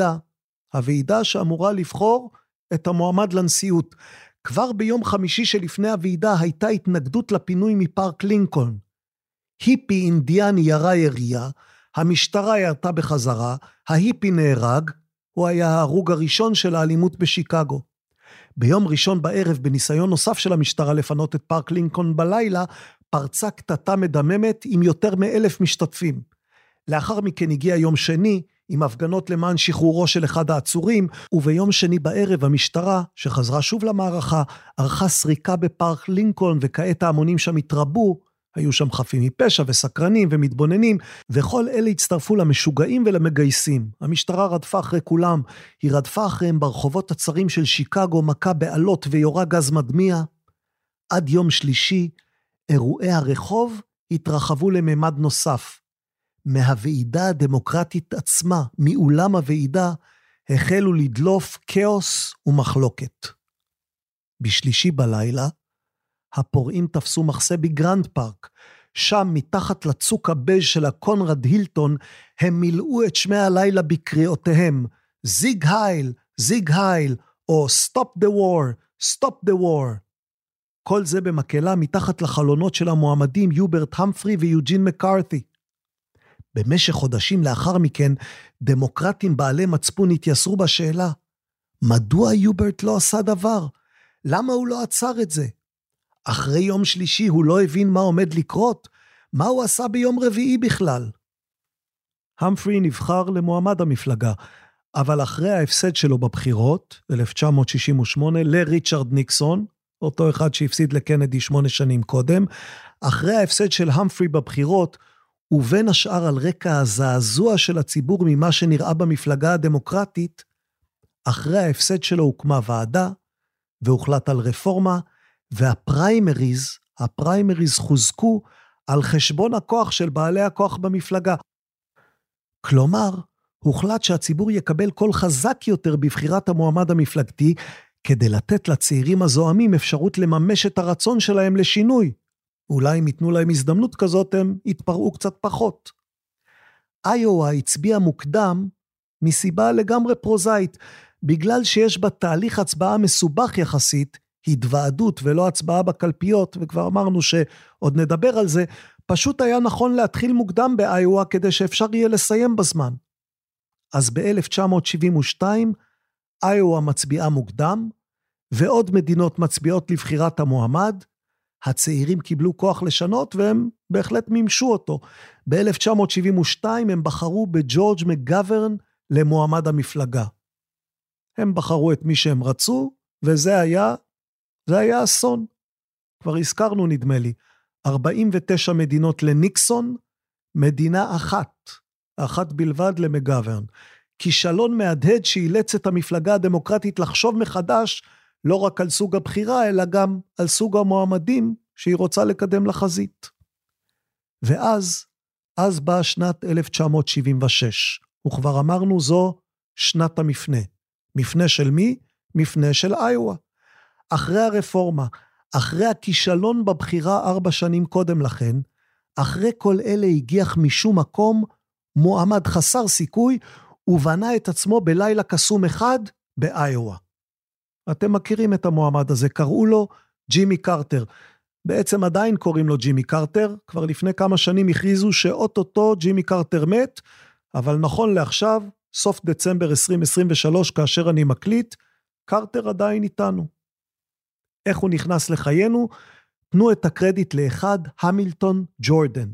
הוועידה שאמורה לבחור את המועמד לנשיאות, כבר ביום חמישי שלפני הוועידה הייתה התנגדות לפינוי מפארק לינקולן. היפי אינדיאני ירה ירייה, המשטרה ירתה בחזרה, ההיפי נהרג, הוא היה ההרוג הראשון של האלימות בשיקגו. ביום ראשון בערב, בניסיון נוסף של המשטרה לפנות את פארק לינקולן בלילה, פרצה קטטה מדממת עם יותר מ1,000 משתתפים. לאחר מכן הגיע יום שני, עם הפגנות למען שחרורו של אחד העצורים, וביום שני בערב המשטרה, שחזרה שוב למערכה, ערכה סריקה בפארק לינקולן, וכעת ההמונים שם התרבו, היו שם חפים מפשע וסקרנים ומתבוננים, וכל אלה הצטרפו למשוגעים ולמגייסים. המשטרה רדפה אחרי כולם, היא רדפה אחריהם ברחובות הצרים של שיקגו, מכה בעלות ויורה גז מדמיע. עד יום שלישי, אירועי הרחוב התרחבו לממד נוסף. מהוועידה הדמוקרטית עצמה, מאולם הוועידה, החלו לדלוף כאוס ומחלוקת. בשלישי בלילה, הפורעים תפסו מחסה בגרנד פארק, שם מתחת לצוק הבז' של הקונרד הילטון, הם מילאו את שמי הלילה בקריאותיהם, זיג הייל, או stop the war, stop the war. כל זה במקהלה מתחת לחלונות של המועמדים יוברט המפרי ויוג'ין מקארתי. במשך חודשים לאחר מכן, דמוקרטים בעלי מצפון התייסרו בשאלה, מדוע יוברט לא עשה דבר? למה הוא לא עצר את זה? אחרי יום שלישי הוא לא הבין מה עומד לקרות, מה הוא עשה ביום רביעי בכלל? המפרי נבחר למועמד המפלגה, אבל אחרי ההפסד שלו בבחירות, 1968, לריצ'רד ניקסון, אותו אחד שהפסיד לקנדי 8 שנים קודם, אחרי ההפסד של המפרי בבחירות, ובין השאר על רקע הזעזוע של הציבור ממה שנראה במפלגה הדמוקרטית, אחרי ההפסד שלו הוקמה ועדה, והוחלט על רפורמה, והפריימריז חוזקו על חשבון הכוח של בעלי הכוח במפלגה. כלומר, הוחלט שהציבור יקבל קול חזק יותר בבחירת המועמד המפלגתי, כדי לתת לצעירים הזוהמים אפשרות לממש את הרצון שלהם לשינוי. אולי אם ייתנו להם הזדמנות כזאת, הם יתפרעו קצת פחות. איואה הצביע מוקדם מסיבה לגמרי פרוזאית, בגלל שיש בה תהליך הצבעה מסובך יחסית, התוועדות ולא הצבעה בקלפיות, וכבר אמרנו שעוד נדבר על זה, פשוט היה נכון להתחיל מוקדם באיואה כדי שאפשר יהיה לסיים בזמן. אז ב-1972 איואה מצביעה מוקדם, ועוד מדינות מצביעות לבחירת המועמד, הצעירים קיבלו כוח לשנות והם בהחלט מימשו אותו. ב-1972 הם בחרו בג'ורג' מקגוורן למועמד המפלגה. הם בחרו את מי שהם רצו, וזה היה אסון. כבר הזכרנו נדמה לי, 49 מדינות לניקסון, מדינה אחת בלבד למקגוורן. כישלון מהדהד שאילץ את המפלגה הדמוקרטית לחשוב מחדש, לא רק על סוג הבחירה, אלא גם על סוג המועמדים שהיא רוצה לקדם לחזית. ואז באה שנת 1976, וכבר אמרנו זו שנת המפנה. מפנה של מי? מפנה של איואה. אחרי הרפורמה, אחרי הכישלון בבחירה 4 שנים קודם לכן, אחרי כל אלה הגיח משום מקום מועמד חסר סיכוי, ובנה את עצמו בלילה קסום אחד באיואה. אתם מכירים את המועמד הזה, קראו לו ג'ימי קרטר. בעצם עדיין קוראים לו ג'ימי קרטר, כבר לפני כמה שנים הכריזו שאוטוטו ג'ימי קרטר מת, אבל נכון לעכשיו, סוף דצמבר 2023, כאשר אני מקליט, קרטר עדיין איתנו. איך הוא נכנס לחיינו? תנו את הקרדיט לאחד, המילטון ג'ורדן.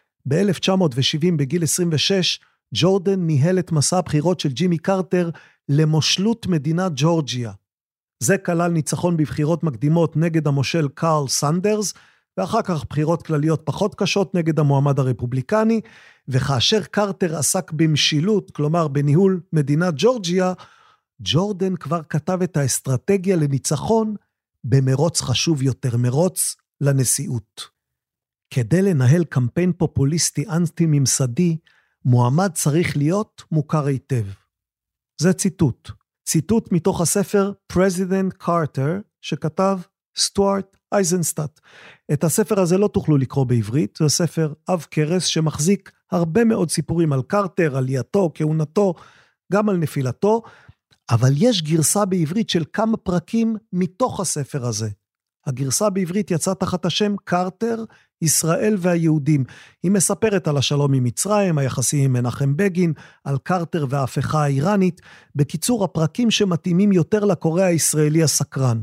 ב-1970 בגיל 26, ג'ורדן ניהל את מסע הבחירות של ג'ימי קרטר למושלות מדינת ג'ורג'יה. זה כלל ניצחון בבחירות מקדימות נגד המושל קארל סנדרס, ואחר כך בחירות כלליות פחות קשות נגד המועמד הרפובליקני, וכאשר קרטר עסק במשילות, כלומר בניהול מדינת ג'ורג'יה, ג'ורדן כבר כתב את האסטרטגיה לניצחון במרוץ חשוב יותר, מרוץ לנשיאות. כדי לנהל קמפיין פופוליסטי אנטי-ממסדי, מועמד צריך להיות מוכר היטב. זה ציטוט מתוך הספר President Carter, שכתב סטוארט אייזנסטאט. את הספר הזה לא תוכלו לקרוא בעברית, זה ספר אב קרס שמחזיק הרבה מאוד סיפורים על קרטר, עלייתו, כהונתו, גם על נפילתו, אבל יש גרסה בעברית של כמה פרקים מתוך הספר הזה. הגרסה בעברית יצאה תחת השם קרטר, ישראל והיהודים. היא מספרת על השלום עם מצרים, היחסים עם מנחם בגין, על קרטר וההפיכה האיראנית, בקיצור הפרקים שמתאימים יותר לקורא הישראלי הסקרן.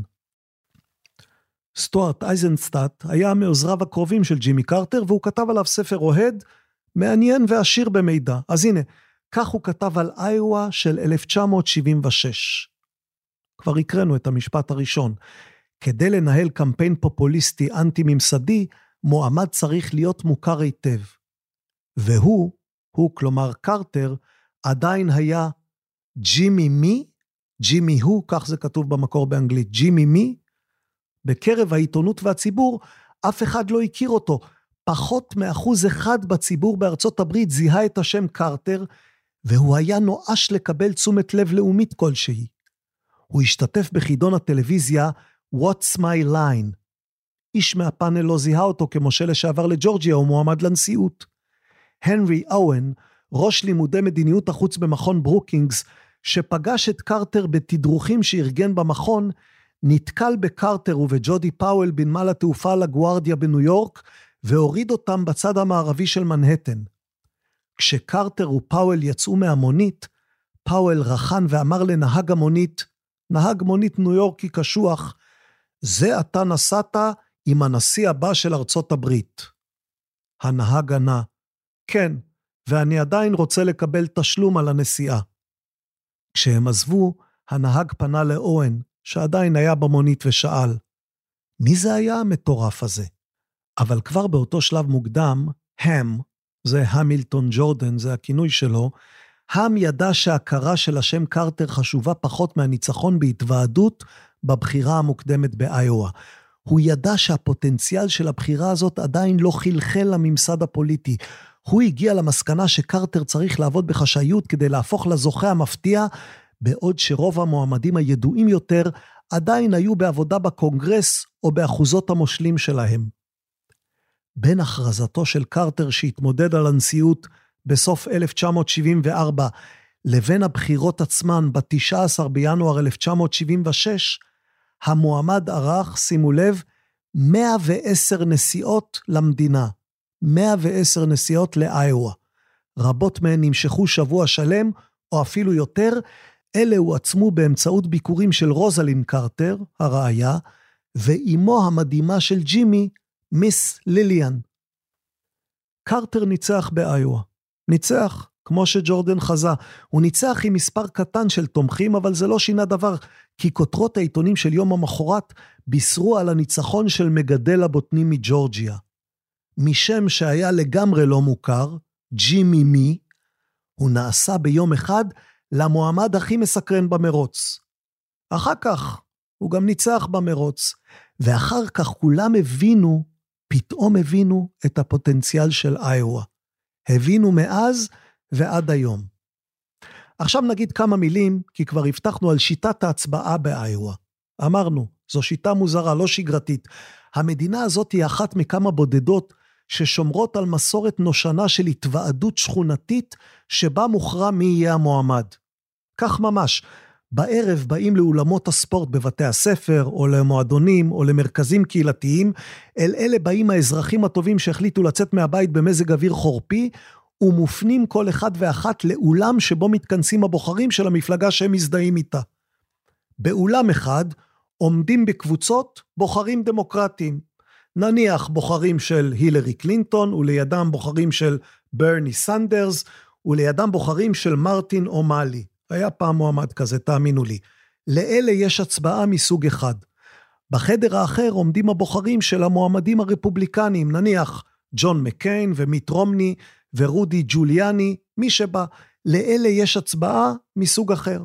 סטוארט אייזנסטאט היה מעוזריו הקרובים של ג'ימי קרטר, והוא כתב עליו ספר אוהד, מעניין ועשיר במידע. אז הנה, כך הוא כתב על איואה של 1976. כבר הקראנו את המשפט הראשון. כדי לנהל קמפיין פופוליסטי אנטי-ממסדי, מועמד צריך להיות מוכר היטב. והוא, כלומר קרטר, עדיין היה ג'ימי מי, ג'ימי הוא, כך זה כתוב במקור באנגלית, ג'ימי מי, בקרב העיתונות והציבור, אף אחד לא הכיר אותו. פחות מ1% בציבור בארצות הברית זיהה את השם קרטר, והוא היה נואש לקבל תשומת לב לאומית כלשהי. הוא השתתף בחידון הטלוויזיה What's My Line. איש מהפאנל לא זיהה אותו כמושל לשעבר לג'ורג'יה או מועמד לנשיאות. הנרי אוון, ראש לימודי מדיניות החוץ במכון ברוקינגס, שפגש את קרטר בתדרוכים שארגן במכון, נתקל בקרטר ובג'ודי פאוול בנמל התעופה לגוארדיה בניו יורק, והוריד אותם בצד המערבי של מנהטן. כשקרטר ופאוול יצאו מהמונית, פאוול רחן ואמר לנהג המונית, נהג מונית ניו יורקי קשוח, זה אתה נסעת עם הנשיא הבא של ארצות הברית. הנהג ענה, כן, ואני עדיין רוצה לקבל תשלום על הנסיעה. כשהם עזבו, הנהג פנה לאוהן, שעדיין היה במונית ושאל, מי זה היה המטורף הזה? אבל כבר באותו שלב מוקדם, הם, זה המילטון ג'ורדן, זה הכינוי שלו, הם ידע שההכרה של השם קרטר חשובה פחות מהניצחון בהתוועדות בבחירה המוקדמת באיואה. הוא ידע שהפוטנציאל של הבחירה הזאת עדיין לא חלחל לממסד הפוליטי. הוא הגיע למסקנה שקרטר צריך לעבוד בחשאיות כדי להפוך לזוכה המפתיע, בעוד שרוב המועמדים הידועים יותר עדיין היו בעבודה בקונגרס או באחוזות המושלים שלהם. בין הכרזתו של קרטר שהתמודד על הנשיאות בסוף 1974 לבין הבחירות עצמן ב-19 בינואר 1976, המועמד ערך, שימו לב, 110 נסיעות למדינה, 110 נסיעות לאיואה. רבות מהן נמשכו שבוע שלם, או אפילו יותר, אלה הועצמו באמצעות ביקורים של רוזלין קרטר, הרעיה, ואימו המדהימה של ג'ימי, מיס ליליאן. קרטר ניצח באיואה. ניצח, כמו שג'ורדן חזה. הוא ניצח עם מספר קטן של תומכים, אבל זה לא שינה דבר, כי כותרות העיתונים של יום המחרת בישרו על הניצחון של מגדל הבוטנים מג'ורג'יה. משם שהיה לגמרי לא מוכר, ג'ימי מי, הוא נעשה ביום אחד למועמד הכי מסקרן במרוץ. אחר כך הוא גם ניצח במרוץ, ואחר כך כולם הבינו, פתאום הבינו את הפוטנציאל של איואה. הבינו מאז ועד היום. עכשיו נגיד כמה מילים, כי כבר הבטחנו על שיטת ההצבעה באיואה. אמרנו, זו שיטה מוזרה, לא שגרתית. המדינה הזאת היא אחת מכמה בודדות ששומרות על מסורת נושנה של התוועדות שכונתית, שבה מוכרע מי יהיה המועמד. כך ממש, בערב באים לאולמות הספורט בבתי הספר, או למועדונים, או למרכזים קהילתיים, אלה באים האזרחים הטובים שהחליטו לצאת מהבית במזג אוויר חורפי, ומופנים כל אחד ואחת לאולם שבו מתכנסים הבוחרים של המפלגה שהם מזדהים איתה. באולם אחד עומדים בקבוצות בוחרים דמוקרטיים. נניח בוחרים של הילרי קלינטון, ולידם בוחרים של ברני סנדרס, ולידם בוחרים של מרטין אומאלי. היה פעם מועמד כזה, תאמינו לי. לאלה יש הצבעה מסוג אחד. בחדר האחר עומדים הבוחרים של המועמדים הרפובליקניים, נניח ג'ון מקיין ומיט רומני ורודי ג'וליאני, מי שבא. לאלה יש הצבעה מסוג אחר.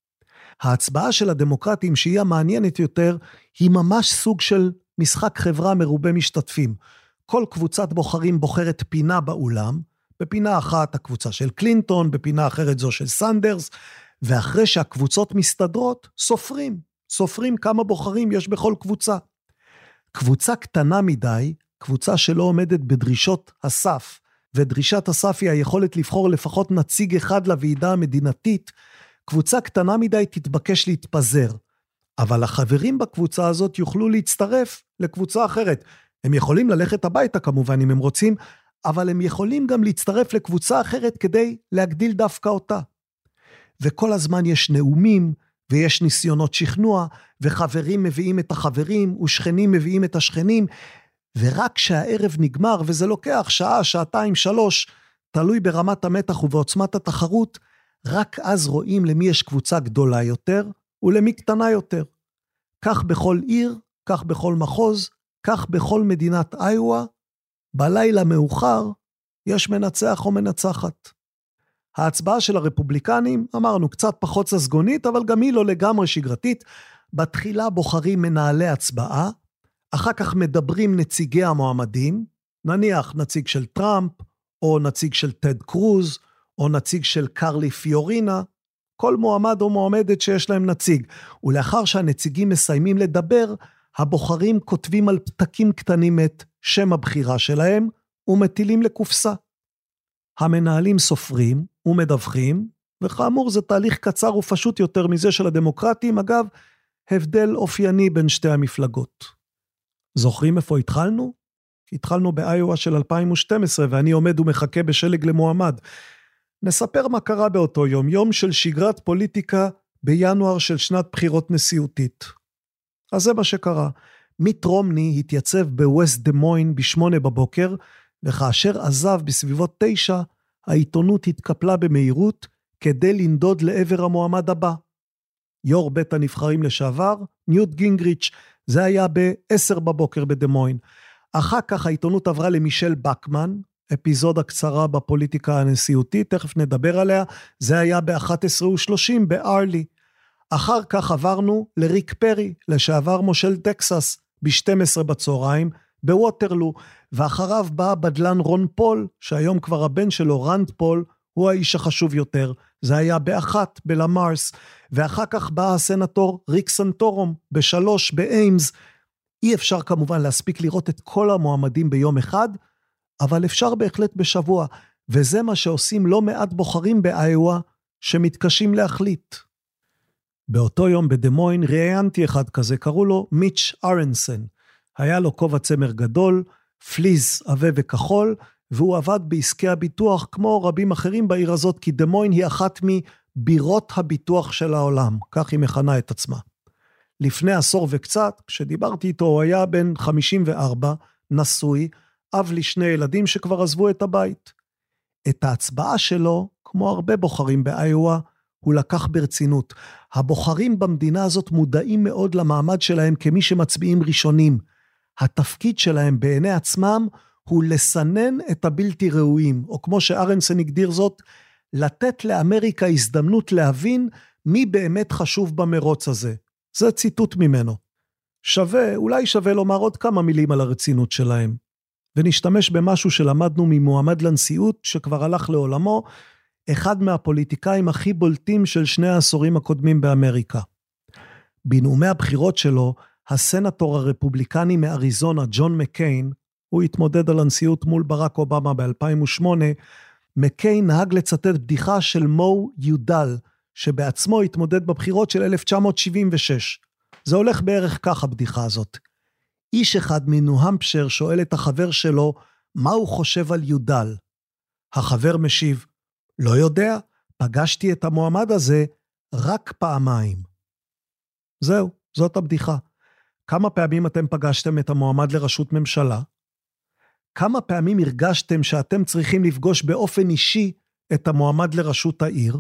ההצבעה של הדמוקרטים שהיא המעניינת יותר, היא ממש סוג של משחק חברה מרובה משתתפים. כל קבוצת בוחרים בוחרת פינה באולם, בפינה אחת הקבוצה של קלינטון, בפינה אחרת זו של סנדרס, ואחרי שהקבוצות מסתדרות, סופרים כמה בוחרים יש בכל קבוצה. קבוצה קטנה מדי, קבוצה שלא עומדת בדרישות הסף, ודרישת הסף היא היכולת לבחור לפחות נציג אחד לוועידה המדינתית, קבוצה קטנה מדי תתבקש להתפזר, אבל החברים בקבוצה הזאת יוכלו להצטרף לקבוצה אחרת. הם יכולים ללכת הביתה כמובן אם הם רוצים, אבל הם יכולים גם להצטרף לקבוצה אחרת כדי להגדיל דווקא אותה. וכל הזמן יש נאומים, ויש ניסיונות שכנוע, וחברים מביאים את החברים, ושכנים מביאים את השכנים, ורק כשהערב נגמר, וזה לוקח שעה, שעתיים, 3, תלוי ברמת המתח ובעוצמת התחרות, רק אז רואים למי יש קבוצה גדולה יותר, ולמי קטנה יותר. כך בכל עיר, כך בכל מחוז, כך בכל מדינת איואה, בלילה מאוחר, יש מנצח או מנצחת. ההצבעה של הרפובליקנים, אמרנו, קצת פחות ססגונית, אבל גם היא לא לגמרי שגרתית. בתחילה בוחרים מנהלי הצבעה, אחר כך מדברים נציגי המועמדים, נניח נציג של טראמפ, או נציג של טד קרוז, או נציג של קרלי פיורינה, כל מועמד או מועמדת שיש להם נציג. ולאחר שהנציגים מסיימים לדבר, הבוחרים כותבים על פתקים קטנים את שם הבחירה שלהם, ומטילים לקופסה. המנהלים סופרים ומדווחים, וכאמור זה תהליך קצר ופשוט יותר מזה של הדמוקרטים. אגב, הבדל אופייני בין שתי המפלגות. זוכרים איפה התחלנו? התחלנו באיואה של 2012, ואני עומד ומחכה בשלג למועמד. נספר מה קרה באותו יום, יום של שגרת פוליטיקה בינואר של שנת בחירות נשיאותית. אז זה מה שקרה. מיט רומני התייצב בווסט דה מוין ב8 בבוקר, וכאשר עזב בסביבות 9, העיתונות התקפלה במהירות כדי לנדוד לעבר המועמד הבא. יו"ר בית הנבחרים לשעבר, ניוט גינגריץ', זה היה ב10 בבוקר בדה מוין. אחר כך העיתונות עברה למישל בקמן, אפיזודה קצרה בפוליטיקה הנשיאותית, תכף נדבר עליה, זה היה ב11:30 בארלי. אחר כך עברנו לריק פרי, לשעבר מושל טקסס, ב12 בצהריים, בווטרלו, ואחריו בא בדלן רון פול, שהיום כבר הבן שלו, רנד פול, הוא האיש החשוב יותר, זה היה ב1 בלמרס, ואחר כך בא הסנטור ריק סנטורום, ב3 באיימס. אי אפשר כמובן להספיק לראות את כל המועמדים ביום אחד, אבל אפשר בהחלט בשבוע, וזה מה שעושים לא מעט בוחרים באיואה, שמתקשים להחליט. באותו יום בדה מוין ראיינתי אחד כזה, קראו לו מיץ' ארנסן, היה לו כובע צמר גדול, פליז עבה וכחול, והוא עבד בעסקי הביטוח כמו רבים אחרים בעיר הזאת, כי דה מוין היא אחת מבירות הביטוח של העולם, כך היא מכנה את עצמה. לפני עשור וקצת, כשדיברתי איתו, הוא היה בן 54, נשוי, אב לשני ילדים שכבר עזבו את הבית. את ההצבעה שלו, כמו הרבה בוחרים באיואה, הוא לקח ברצינות. הבוחרים במדינה הזאת מודעים מאוד למעמד שלהם כמי שמצביעים ראשונים. התפקיד שלהם בעיני עצמם הוא לסנן את הבלתי ראויים, או כמו שארנסן הגדיר זאת, לתת לאמריקה הזדמנות להבין מי באמת חשוב במרוץ הזה. זה ציטוט ממנו. אולי שווה לומר עוד כמה מילים על הרצינות שלהם, ונשתמש במשהו שלמדנו ממועמד לנשיאות שכבר הלך לעולמו, אחד מהפוליטיקאים הכי בולטים של 2 העשורים הקודמים באמריקה. בנאומי הבחירות שלו, הסנטור הרפובליקני מאריזונה, ג'ון מקיין, הוא התמודד על הנשיאות מול ברק אובמה ב-2008, מקיין נהג לצטט בדיחה של מו יודל, שבעצמו התמודד בבחירות של 1976. זה הולך בערך כך הבדיחה הזאת. איש אחד מניו-המפשר שואל את החבר שלו, מה הוא חושב על יודל? החבר משיב, לא יודע, פגשתי את המועמד הזה רק פעמיים. זהו, זאת הבדיחה. כמה פעמים אתם פגשתם את המועמד לראשות ממשלה? כמה פעמים הרגשתם שאתם צריכים לפגוש באופן אישי את המועמד לראשות העיר?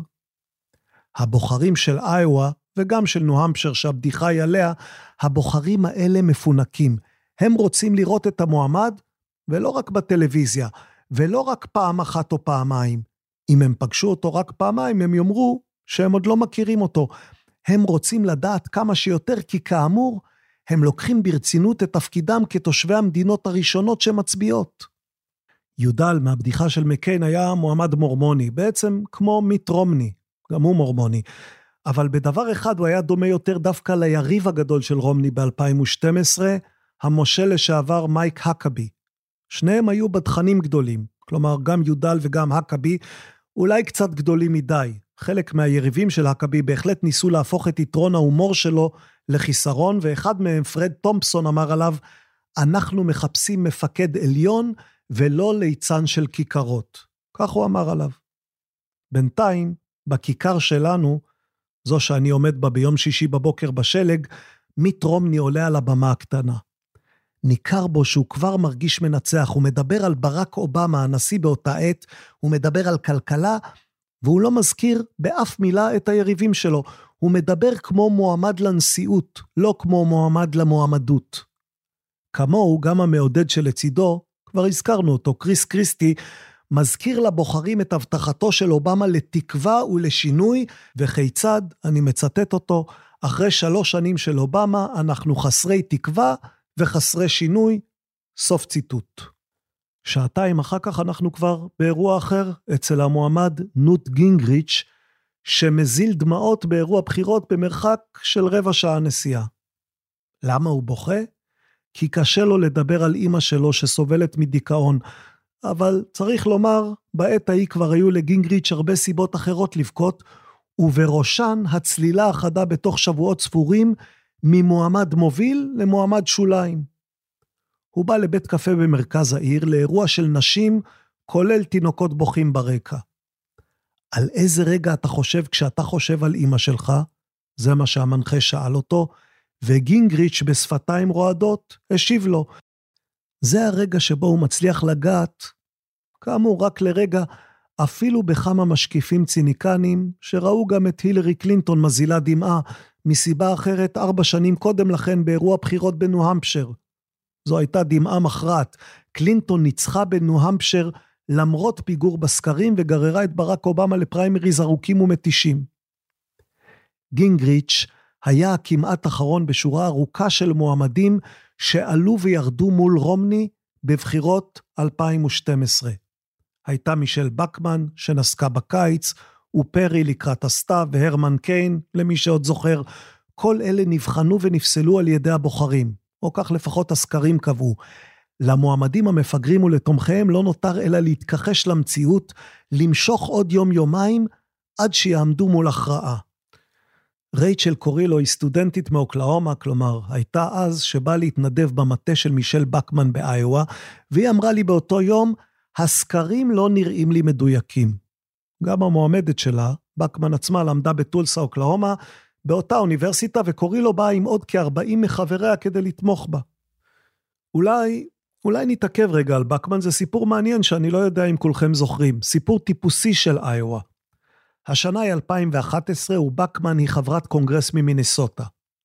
הבוחרים של איואה וגם של ניו-המפשר שהבדיחה היא עליה, הבוחרים האלה מפונקים. הם רוצים לראות את המועמד, ולא רק בטלוויזיה, ולא רק פעם אחת או פעמיים. אם הם פגשו אותו רק פעמיים, הם יאמרו שהם עוד לא מכירים אותו. הם רוצים לדעת כמה שיותר, כי כאמור, הם לוקחים ברצינות את תפקידם כתושבי המדינות הראשונות שמצביעות. יודל מהבדיחה של מקיין היה מועמד מורמוני, בעצם כמו מיט רומני, גם הוא מורמוני. אבל בדבר אחד הוא היה דומה יותר דווקא ליריב הגדול של רומני ב-2012, המושל לשעבר מייק הקאבי. שניהם היו בדחנים גדולים, כלומר גם יודל וגם הקאבי, אולי קצת גדולים מדי. חלק מהיריבים של הקאבי בהחלט ניסו להפוך את יתרון ההומור שלו לחיסרון, ואחד מהם, פרד תומפסון, אמר עליו, אנחנו מחפשים מפקד עליון ולא ליצן של כיכרות. כך הוא אמר עליו. בינתיים, בכיכר שלנו, זו שאני עומד בה ביום שישי בבוקר בשלג, מיט רומני עולה על הבמה הקטנה. ניכר בו שהוא כבר מרגיש מנצח, הוא מדבר על ברק אובמה, הנשיא באותה עת, הוא מדבר על כלכלה, והוא לא מזכיר באף מילה את היריבים שלו. הוא מדבר כמו מועמד לנשיאות, לא כמו מועמד למועמדות. כמוהו גם המעודד שלצידו, כבר הזכרנו אותו, קריס קריסטי, מזכיר לבוחרים את הבטחתו של אובמה לתקווה ולשינוי, וכיצד, אני מצטט אותו, אחרי 3 שנים של אובמה, אנחנו חסרי תקווה וחסרי שינוי, סוף ציטוט. 2 אחר כך אנחנו כבר באירוע אחר, אצל המועמד ניוט גינגריץ', שמזיל דמעות באירוע בחירות במרחק של 15 שעה נסיעה. למה הוא בוכה? כי קשה לו לדבר על אמא שלו שסובלת מדיכאון, אבל צריך לומר, בעת ההיא כבר היו לגינגריץ' הרבה סיבות אחרות לבכות, ובראשן הצלילה החדה בתוך שבועות ספורים, ממועמד מוביל למועמד שוליים. הוא בא לבית קפה במרכז העיר, לאירוע של נשים, כולל תינוקות בוכים ברקע. על איזה רגע אתה חושב כשאתה חושב על אמא שלך? זה מה שהמנחה שאל אותו, וגינגריץ' בשפתיים רועדות השיב לו. זה הרגע שבו הוא מצליח לגעת, כאמור רק לרגע, אפילו בכמה משקיפים ציניקנים, שראו גם את הילרי קלינטון מזילה דמעה, מסיבה אחרת 4 שנים קודם לכן באירוע בחירות בניו-המפשר. זו הייתה דמעה מכרעת. קלינטון ניצחה בניו-המפשר למרות פיגור בסקרים וגררה את ברק אובמה לפריימריז ארוכים ומתישים. גינגריץ' היה כמעט אחרון בשורה ארוכה של מועמדים שעלו וירדו מול רומני בבחירות 2012. הייתה מישל בקמן שנסקה בקיץ, ופרי לקראת הסתיו והרמן קיין, למי שעוד זוכר, כל אלה נבחנו ונפסלו על ידי הבוחרים, או כך לפחות הסקרים קבעו. למועמדים המפגרים ולתומכיהם לא נותר אלא להתכחש למציאות, למשוך עוד יום-יומיים עד שיעמדו מול הכרעה. רייצ'ל קורילו היא סטודנטית מאוקלהומה, כלומר, הייתה אז שבאה להתנדב במטה של מישל בקמן באיואה, והיא אמרה לי באותו יום, הסקרים לא נראים לי מדויקים. גם המועמדת שלה, בקמן עצמה, למדה בטולסה, אוקלהומה, באותה אוניברסיטה, וקורילו באה עם עוד כ-40 מחבריה כדי לתמוך בה. אולי נתעכב רגע על בקמן, זה סיפור מעניין שאני לא יודע אם כולכם זוכרים, סיפור טיפוסי של איואה. השנה היא 2011, ובקמן היא חברת קונגרס ממינסוטה.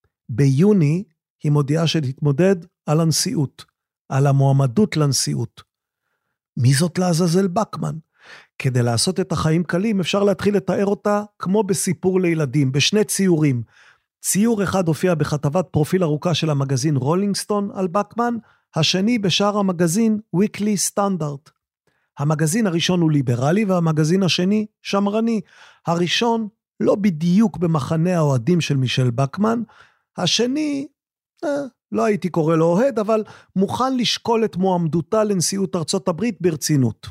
ביוני היא מודיעה שתתמודד על הנשיאות, על המועמדות לנשיאות. מי זאת לעזאזל בקמן? כדי לעשות את החיים קלים, אפשר להתחיל לתאר אותה כמו בסיפור לילדים, בשני ציורים. ציור אחד הופיע בכתבת פרופיל ארוכה של המגזין רולינג סטון על בקמן, השני בשאר המגזין ויקלי סטנדרט. המגזין הראשון הוא ליברלי והמגזין השני שמרני. הראשון לא בדיוק במחנה האוהדים של מישל בקמן, השני, לא הייתי קורא לו אוהד, אבל מוכן לשקול את מועמדותה לנשיאות ארצות הברית ברצינות.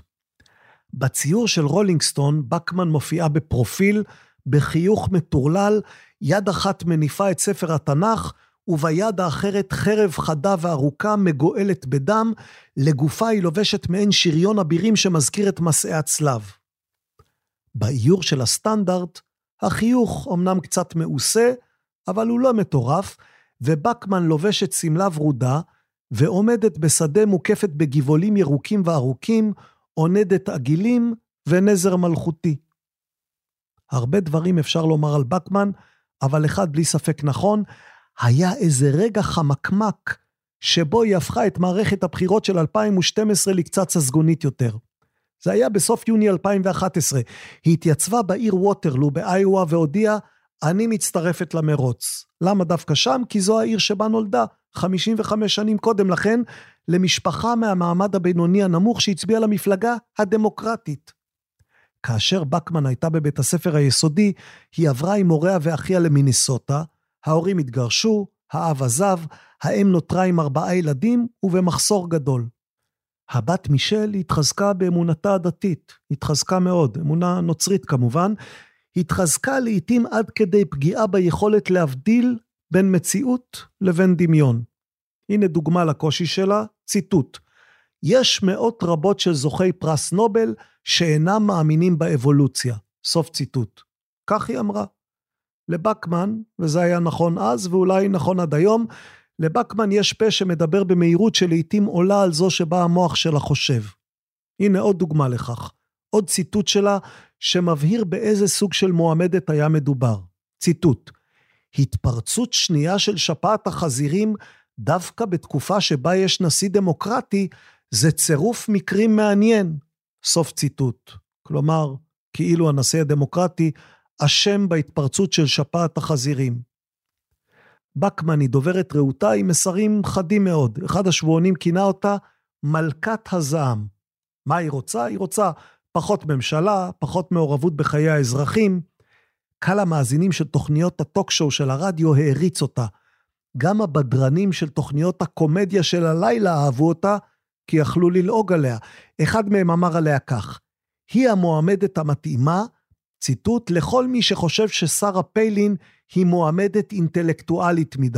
בציור של רולינג סטון, בקמן מופיעה בפרופיל, בחיוך מטורלל, יד אחת מניפה את ספר התנ"ך, וביד האחרת חרב חדה וארוכה מגואלת בדם, לגופה היא לובשת מעין שריון אבירים שמזכיר את מסעי הצלב. באיור של הסטנדרט, החיוך אמנם קצת מעושה, אבל הוא לא מטורף, ובקמן לובשת סמלה ורודה, ועומדת בשדה מוקפת בגבעולים ירוקים וארוכים, עונדת עגילים ונזר מלכותי. הרבה דברים אפשר לומר על בקמן, אבל אחד בלי ספק נכון, היה איזה רגע חמקמק, שבו היא הפכה את מערכת הבחירות של 2012 לקצת ססגונית יותר. זה היה בסוף יוני 2011. היא התייצבה בעיר ווטרלו באיואה והודיעה, אני מצטרפת למרוץ. למה דווקא שם? כי זו העיר שבה נולדה, 55 שנים קודם לכן, למשפחה מהמעמד הבינוני הנמוך שהצביעה למפלגה הדמוקרטית. כאשר בקמן הייתה בבית הספר היסודי, היא עברה עם הוריה ואחיה למיניסוטה, ההורים התגרשו, האב עזב, האם נותרה עם 4 ילדים ובמחסור גדול. הבת מישל התחזקה באמונתה הדתית, התחזקה מאוד, אמונה נוצרית כמובן, התחזקה לעתים עד כדי פגיעה ביכולת להבדיל בין מציאות לבין דמיון. הנה דוגמה לקושי שלה, ציטוט. יש מאות רבות של זוכי פרס נובל שאינם מאמינים באבולוציה. סוף ציטוט. כך היא אמרה. לבקמן, וזה היה נכון אז ואולי נכון עד היום, לבקמן יש פה שמדבר במהירות שלעיתים עולה על זו שבה המוח שלה חושב. הנה עוד דוגמה לכך. עוד ציטוט שלה שמבהיר באיזה סוג של מועמדת היה מדובר. ציטוט. התפרצות שנייה של שפעת החזירים דווקא בתקופה שבה יש נשיא דמוקרטי, זה צירוף מקרים מעניין. סוף ציטוט. כלומר, כאילו הנשיא הדמוקרטי אשם בהתפרצות של שפעת החזירים. בקמן היא דוברת רעותה עם מסרים חדים מאוד. אחד השבועונים כינה אותה מלכת הזעם. מה היא רוצה? היא רוצה פחות ממשלה, פחות מעורבות בחיי האזרחים. קהל המאזינים של תוכניות הטוק-שואו של הרדיו העריץ אותה. גם הבדרנים של תוכניות הקומדיה של הלילה אהבו אותה, כי יכלו ללעוג עליה. אחד מהם אמר עליה כך, היא המועמדת המתאימה, ציטוט, לכל מי שחושב ששרה פיילין היא מועמדת אינטלקטואלית מדי.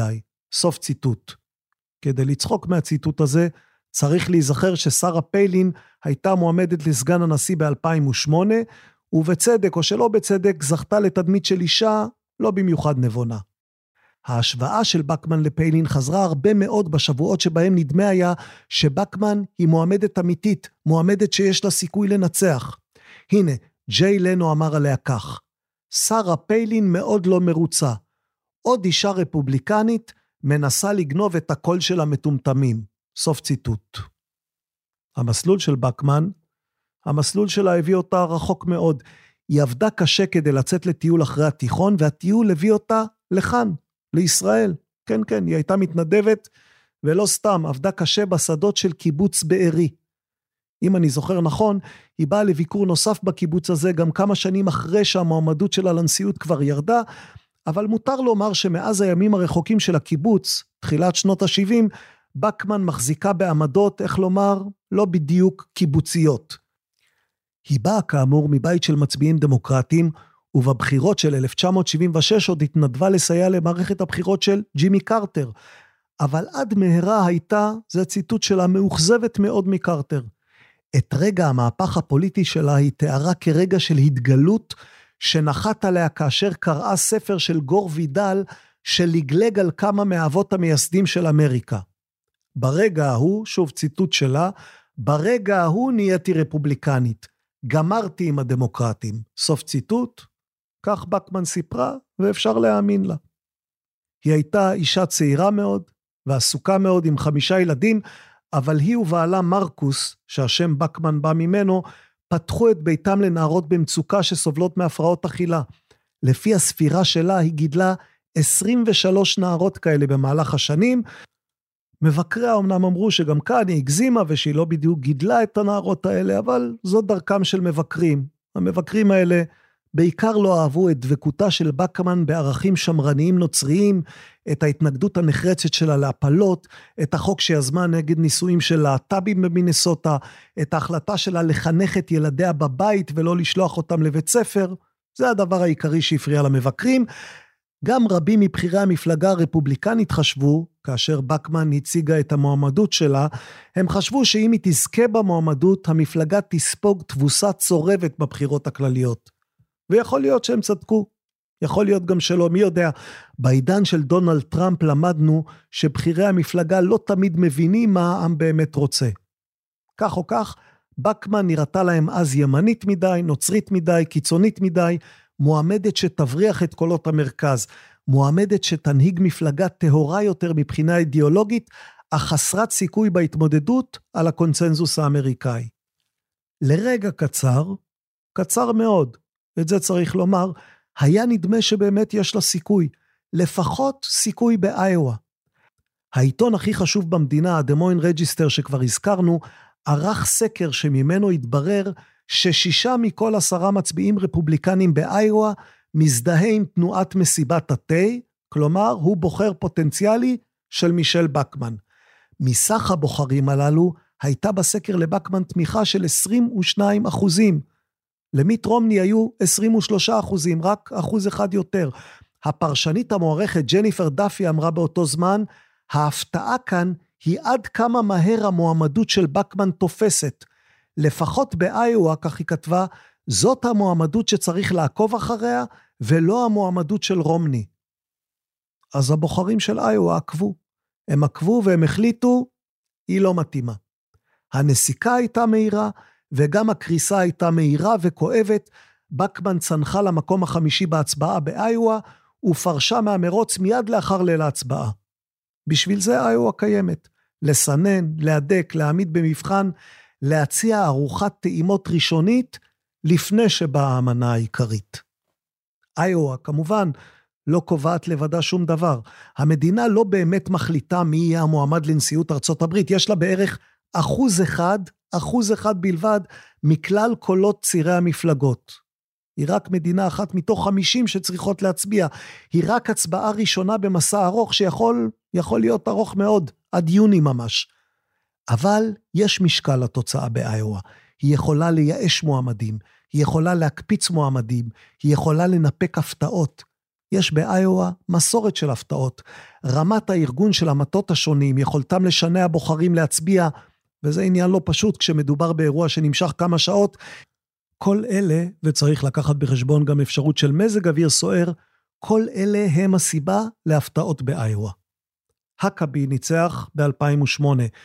סוף ציטוט. כדי לצחוק מהציטוט הזה, צריך להיזכר ששרה פיילין הייתה מועמדת לסגן הנשיא ב-2008, ובצדק או שלא בצדק זכתה לתדמית של אישה לא במיוחד נבונה. ההשוואה של בקמן לפיילין חזרה הרבה מאוד בשבועות שבהם נדמה היה שבקמן היא מועמדת אמיתית, מועמדת שיש לה סיכוי לנצח. הנה, ג'יי לנו אמר עליה כך, שרה פיילין מאוד לא מרוצה, עוד אישה רפובליקנית מנסה לגנוב את הקול של המטומטמים. סוף ציטוט. המסלול של בקמן, המסלול שלה הביא אותה רחוק מאוד. היא עבדה קשה כדי לצאת לטיול אחרי התיכון, והטיול הביא אותה לכאן, לישראל. כן, כן, היא הייתה מתנדבת, ולא סתם, עבדה קשה בשדות של קיבוץ בארי. אם אני זוכר נכון, היא באה לביקור נוסף בקיבוץ הזה, גם כמה שנים אחרי שהמועמדות שלה לנשיאות כבר ירדה, אבל מותר לומר שמאז הימים הרחוקים של הקיבוץ, תחילת שנות ה-70, בקמן מחזיקה בעמדות, איך לומר, לא בדיוק קיבוציות. היא באה כאמור מבית של מצביעים דמוקרטיים, ובבחירות של 1976 עוד התנדבה לסייע למערכת הבחירות של ג'ימי קרטר, אבל עד מהרה הייתה, זה ציטוט שלה, מאוכזבת מאוד מקרטר. את רגע המהפך הפוליטי שלה היא תיארה כרגע של התגלות, שנחת עליה כאשר קראה ספר של גור וידל, שלגלג על כמה מאבות המייסדים של אמריקה. ברגע ההוא, שוב ציטוט שלה, ברגע ההוא נהייתי רפובליקנית, גמרתי עם הדמוקרטים. סוף ציטוט, כך בקמן סיפרה, ואפשר להאמין לה. היא הייתה אישה צעירה מאוד, ועסוקה מאוד עם 5 ילדים, אבל היא ובעלה מרקוס, שהשם בקמן בא ממנו, פתחו את ביתם לנערות במצוקה שסובלות מהפרעות אכילה. לפי הספירה שלה היא גידלה 23 נערות כאלה במהלך השנים. מבקריה אמנם אמרו שגם כאן היא הגזימה ושהיא לא בדיוק גידלה את הנערות האלה, אבל זאת דרכם של מבקרים. המבקרים האלה בעיקר לא אהבו את דבקותה של בקמן בערכים שמרניים נוצריים, את ההתנגדות הנחרצת שלה להפלות, את החוק שיזמה נגד נישואים של להט"בים במינסוטה, את ההחלטה שלה לחנך את ילדיה בבית ולא לשלוח אותם לבית ספר. זה הדבר העיקרי שהפריע למבקרים. גם רבים מבחירי המפלגה הרפובליקנית חשבו, כאשר בקמן הציגה את המועמדות שלה, הם חשבו שאם היא תזכה במועמדות, המפלגה תספוג תבוסה צורבת בבחירות הכלליות. ויכול להיות שהם צדקו, יכול להיות גם שלא, מי יודע. בעידן של דונלד טראמפ למדנו שבחירי המפלגה לא תמיד מבינים מה העם באמת רוצה. כך או כך, בקמן נראתה להם אז ימנית מדי, נוצרית מדי, קיצונית מדי, מועמדת שתבריח את קולות המרכז, מועמדת שתנהיג מפלגה טהורה יותר מבחינה אידיאולוגית, אך חסרת סיכוי בהתמודדות על הקונצנזוס האמריקאי. לרגע קצר מאוד, את זה צריך לומר, היה נדמה שבאמת יש לה סיכוי, לפחות סיכוי באיואה. העיתון הכי חשוב במדינה, דה מוין רג'יסטר שכבר הזכרנו, ערך סקר שממנו התברר ש6 מכל 10 מצביעים רפובליקנים באיואה מזדהה עם תנועת מסיבת התה, כלומר הוא בוחר פוטנציאלי של מישל בקמן. מסך הבוחרים הללו הייתה בסקר לבקמן תמיכה של 22%. למיט רומני היו 23%, רק 1% יותר. הפרשנית המוערכת ג'ניפר דאפי אמרה באותו זמן, ההפתעה כאן היא עד כמה מהר המועמדות של בקמן תופסת. לפחות באיואה, כך היא כתבה, זאת המועמדות שצריך לעקוב אחריה, ולא המועמדות של רומני. אז הבוחרים של איואה עקבו. הם עקבו והם החליטו, היא לא מתאימה. הנסיקה הייתה מהירה, וגם הקריסה הייתה מהירה וכואבת. בקמן צנחה למקום ה5 בהצבעה באיואה, ופרשה מהמרוץ מיד לאחר ליל ההצבעה. בשביל זה איואה קיימת. לסנן, להדק, להעמיד במבחן, להציע ארוחת טעימות ראשונית, לפני שבאה המנה העיקרית. איואה כמובן לא קובעת לבדה שום דבר. המדינה לא באמת מחליטה מי יהיה המועמד לנשיאות ארצות הברית. יש לה בערך 1% בלבד מכלל קולות צירי המפלגות. היא רק מדינה אחת מתוך 50 שצריכות להצביע. היא רק הצבעה ראשונה במסע ארוך שיכול להיות ארוך מאוד, עד יוני ממש. אבל יש משקל לתוצאה באיואה. היא יכולה לייאש מועמדים, היא יכולה להקפיץ מועמדים, היא יכולה לנפק הפתעות. יש באיואה מסורת של הפתעות. רמת הארגון של המטות השונים, יכולתם לשנע בוחרים להצביע, וזה עניין לא פשוט כשמדובר באירוע שנמשך כמה שעות. כל אלה, וצריך לקחת בחשבון גם אפשרות של מזג אוויר סוער, כל אלה הם הסיבה להפתעות באיואה. הקאבי ניצח ב-2008,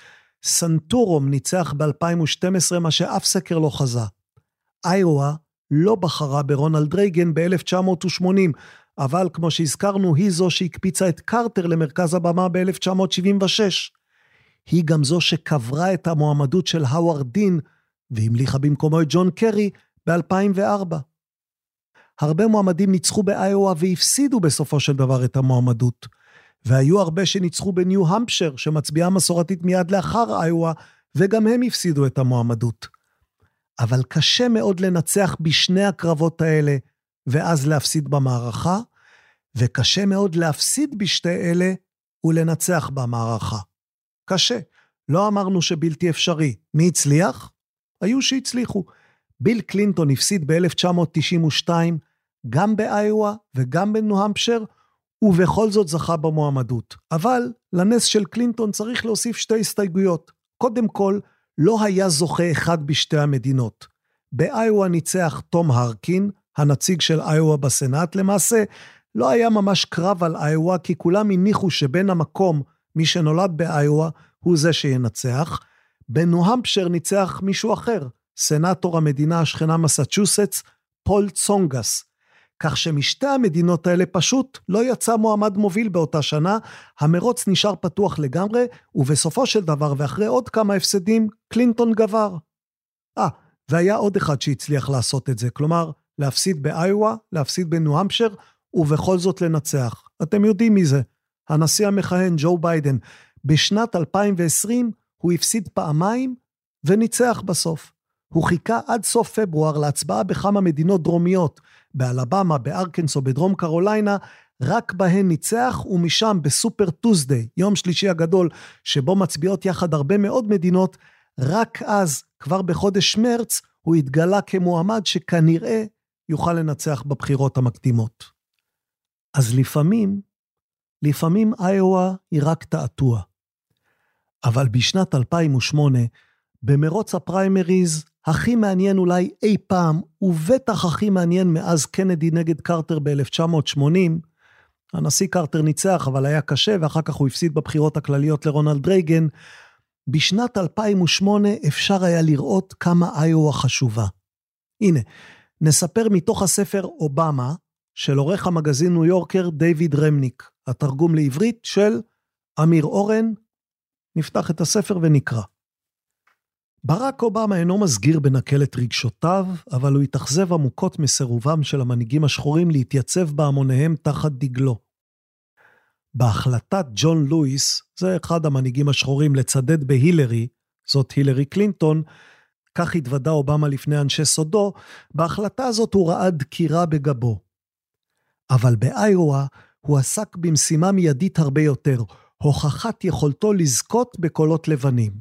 סנטורום ניצח ב-2012, מה שאף סקר לא חזה. איואה לא בחרה ברונלד רייגן ב-1980, אבל כמו שהזכרנו, היא זו שהקפיצה את קרטר למרכז הבמה ב-1976. היא גם זו שקברה את המועמדות של האווארד דין, והמליכה במקומו את ג'ון קרי ב-2004. הרבה מועמדים ניצחו באיואה והפסידו בסופו של דבר את המועמדות. והיו הרבה שניצחו בניו המפשר, שמצביעה מסורתית מיד לאחר איואה, וגם הם הפסידו את המועמדות. אבל קשה מאוד לנצח בשני הקרבות האלה, ואז להפסיד במערכה, וקשה מאוד להפסיד בשתי אלה, ולנצח במערכה. קשה. לא אמרנו שבלתי אפשרי. מי הצליח? היו שהצליחו. ביל קלינטון הפסיד ב-1992, גם באיואה וגם בניו המפשר, ובכל זאת זכה במועמדות. אבל לנס של קלינטון צריך להוסיף שתי הסתייגויות. קודם כל, לא היה זוכה אחד בשתי המדינות. באיואה ניצח תום הרקין, הנציג של איואה בסנאט. למעשה, לא היה ממש קרב על איואה, כי כולם הניחו שבין המקום, מי שנולד באיואה, הוא זה שינצח. בניו המפשר ניצח מישהו אחר, סנאטור המדינה השכנה מסצ'וסטס, פול צונגס. כך שמשתי המדינות האלה פשוט לא יצא מועמד מוביל באותה שנה, המרוץ נשאר פתוח לגמרי, ובסופו של דבר ואחרי עוד כמה הפסדים, קלינטון גבר. והיה עוד אחד שהצליח לעשות את זה, כלומר, להפסיד באיואה, להפסיד בניו המפשר, ובכל זאת לנצח. אתם יודעים מי זה? הנשיא המכהן ג'ו ביידן. בשנת 2020 הוא הפסיד פעמיים וניצח בסוף. הוא חיכה עד סוף פברואר להצבעה בכמה מדינות דרומיות, באלבמה, בארקנסו, בדרום קרוליינה, רק בהן ניצח, ומשם בסופר טוזדיי, יום שלישי הגדול, שבו מצביעות יחד הרבה מאוד מדינות, רק אז, כבר בחודש מרץ, הוא התגלה כמועמד שכנראה יוכל לנצח בבחירות המקדימות. אז לפעמים איואה היא רק תעתוע. אבל בשנת 2008, במרוץ הפריימריז, הכי מעניין אולי אי פעם, ובטח הכי מעניין מאז קנדי נגד קרטר ב-1980, הנשיא קרטר ניצח, אבל היה קשה, ואחר כך הוא הפסיד בבחירות הכלליות לרונלד רייגן. בשנת 2008 אפשר היה לראות כמה איואה חשובה. הנה, נספר מתוך הספר אובמה, של עורך המגזין ניו יורקר דיוויד רמניק, התרגום לעברית של אמיר אורן. נפתח את הספר ונקרא. ברק אובמה אינו מסגיר בנקל את רגשותיו, אבל הוא התאכזב עמוקות מסירובם של המנהיגים השחורים להתייצב בהמוניהם תחת דגלו. בהחלטת ג'ון לואיס, זה אחד המנהיגים השחורים לצדד בהילרי, זאת הילרי קלינטון, כך התוודע אובמה לפני אנשי סודו, בהחלטה הזאת הוא ראה דקירה בגבו. אבל באיואה הוא עסק במשימה מיידית הרבה יותר, הוכחת יכולתו לזכות בקולות לבנים.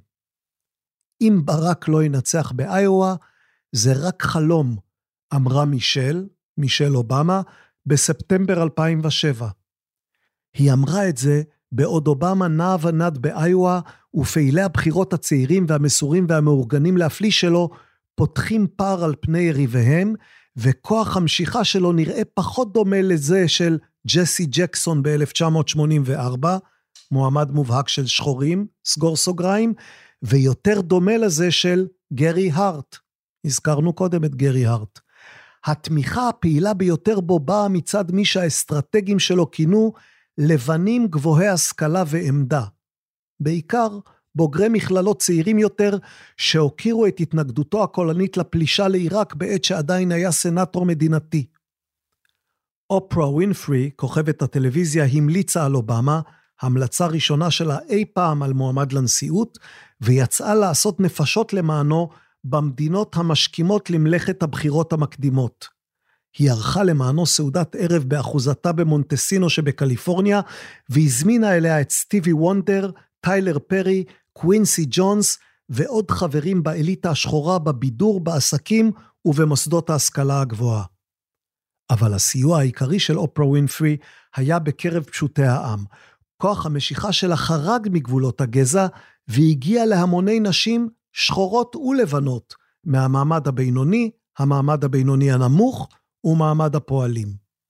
אם ברק לא ינצח באיואה, זה רק חלום, אמרה מישל אובמה, בספטמבר 2007. היא אמרה את זה בעוד אובמה נע ונד באיואה, ופעילי הבחירות הצעירים והמסורים והמאורגנים להפליא שלו, פותחים פער על פני יריביהם, וכוח המשיכה שלו נראה פחות דומה לזה של ג'סי ג'קסון ב-1984, מועמד מובהק של שחורים, סגור סוגריים, ויותר דומה לזה של גרי הארט. הזכרנו קודם את גרי הארט. התמיכה הפעילה ביותר בו באה מצד מי שהאסטרטגים שלו כינו לבנים גבוהי השכלה ועמדה. בעיקר בוגרי מכללות צעירים יותר שהוקירו את התנגדותו הקולנית לפלישה לעיראק בעת שעדיין היה סנאטור מדינתי. אופרה ווינפרי, כוכבת הטלוויזיה, המליצה על אובמה, המלצה ראשונה שלה אי פעם על מועמד לנשיאות, ויצאה לעשות נפשות למענו במדינות המשכימות למלאכת הבחירות המקדימות. היא ערכה למענו סעודת ערב באחוזתה במונטסינו שבקליפורניה, והזמינה אליה את סטיבי וונדר, טיילר פרי, קווינסי ג'ונס, ועוד חברים באליטה השחורה בבידור, בעסקים ובמוסדות ההשכלה הגבוהה. אבל הסיוע העיקרי של אופרה ווינפרי היה בקרב פשוטי העם. כוח המשיכה שלה חרג מגבולות הגזע, והגיע להמוני נשים שחורות ולבנות, מהמעמד הבינוני, המעמד הבינוני הנמוך, ומעמד הפועלים.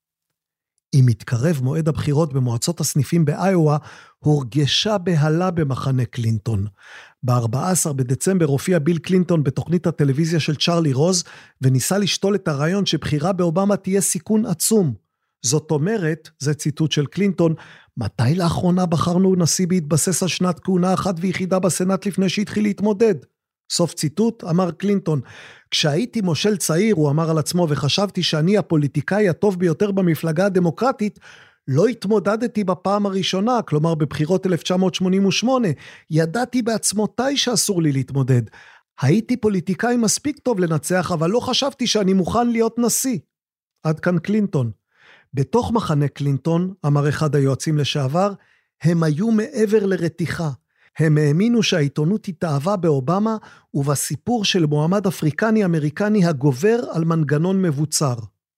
אם התקרב מועד הבחירות במועצות הסניפים באיואה, הורגשה בהלה במחנה קלינטון. ב-14 בדצמבר הופיע ביל קלינטון בתוכנית הטלוויזיה של צ'רלי רוז, וניסה לשתול את הרעיון שבחירה באובמה תהיה סיכון עצום. זאת אומרת, זה ציטוט של קלינטון, מתי לאחרונה בחרנו נשיא בהתבסס על שנת כהונה אחת ויחידה בסנאט לפני שהתחיל להתמודד? סוף ציטוט, אמר קלינטון, כשהייתי מושל צעיר, הוא אמר על עצמו, וחשבתי שאני הפוליטיקאי הטוב ביותר במפלגה הדמוקרטית, לא התמודדתי בפעם הראשונה, כלומר בבחירות 1988, ידעתי בעצמותיי שאסור לי להתמודד. הייתי פוליטיקאי מספיק טוב לנצח, אבל לא חשבתי שאני מוכן להיות נשיא. עד כאן קלינטון. בתוך מחנה קלינטון, אמר אחד היועצים לשעבר, הם היו מעבר לרתיחה. הם האמינו שהעיתונות התאהבה באובמה, ובסיפור של מועמד אפריקני-אמריקני הגובר על מנגנון מבוצר.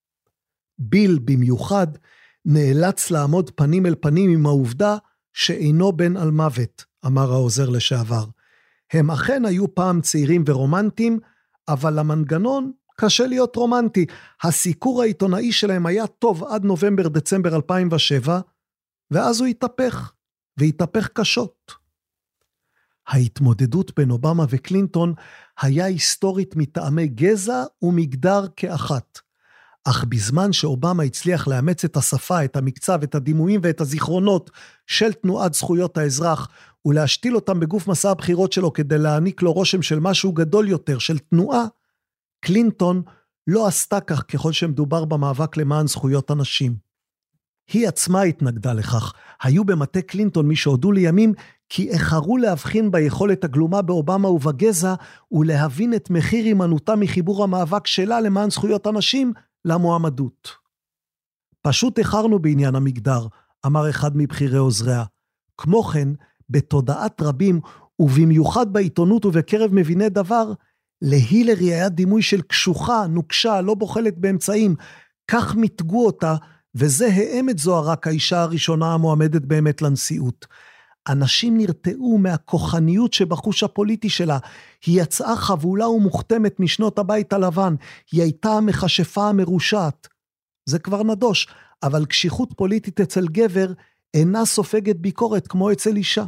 ביל במיוחד נאלץ לעמוד פנים אל פנים עם העובדה שאינו בן על מוות, אמר העוזר לשעבר. הם אכן היו פעם צעירים ורומנטיים, אבל למנגנון קשה להיות רומנטי. הסיקור העיתונאי שלהם היה טוב עד נובמבר-דצמבר 2007, ואז הוא התהפך, והתהפך קשות. ההתמודדות בין אובמה וקלינטון היה היסטורית מטעמי גזע ומגדר כאחת. אך בזמן שאובמה הצליח לאמץ את השפה, את המקצב, את הדימויים ואת הזיכרונות של תנועת זכויות האזרח, ולהשתיל אותם בגוף מסע הבחירות שלו כדי להעניק לו רושם של משהו גדול יותר, של תנועה, קלינטון לא עשתה כך ככל שמדובר במאבק למען זכויות אנשים. היא עצמה התנגדה לכך. היו במטה קלינטון מי שהודו לימים כי איחרו להבחין ביכולת הגלומה באובמה ובגזע, ולהבין את מחיר הימנותה מחיבור המאבק שלה למען זכויות אנשים למועמדות. פשוט איחרנו בעניין המגדר, אמר אחד מבחירי עוזריה. כמו כן, בתודעת רבים, ובמיוחד בעיתונות ובקרב מביני דבר, להילרי היה דימוי של קשוחה, נוקשה, לא בוחלת באמצעים, כך מתגו אותה, וזה האמת זו רק האישה הראשונה המועמדת באמת לנשיאות. אנשים נרתעו מהכוחניות שבחוש הפוליטי שלה, היא יצאה חבולה ומוכתמת משנות הבית הלבן, היא הייתה המכשפה המרושעת. זה כבר נדוש, אבל קשיחות פוליטית אצל גבר אינה סופגת ביקורת כמו אצל אישה.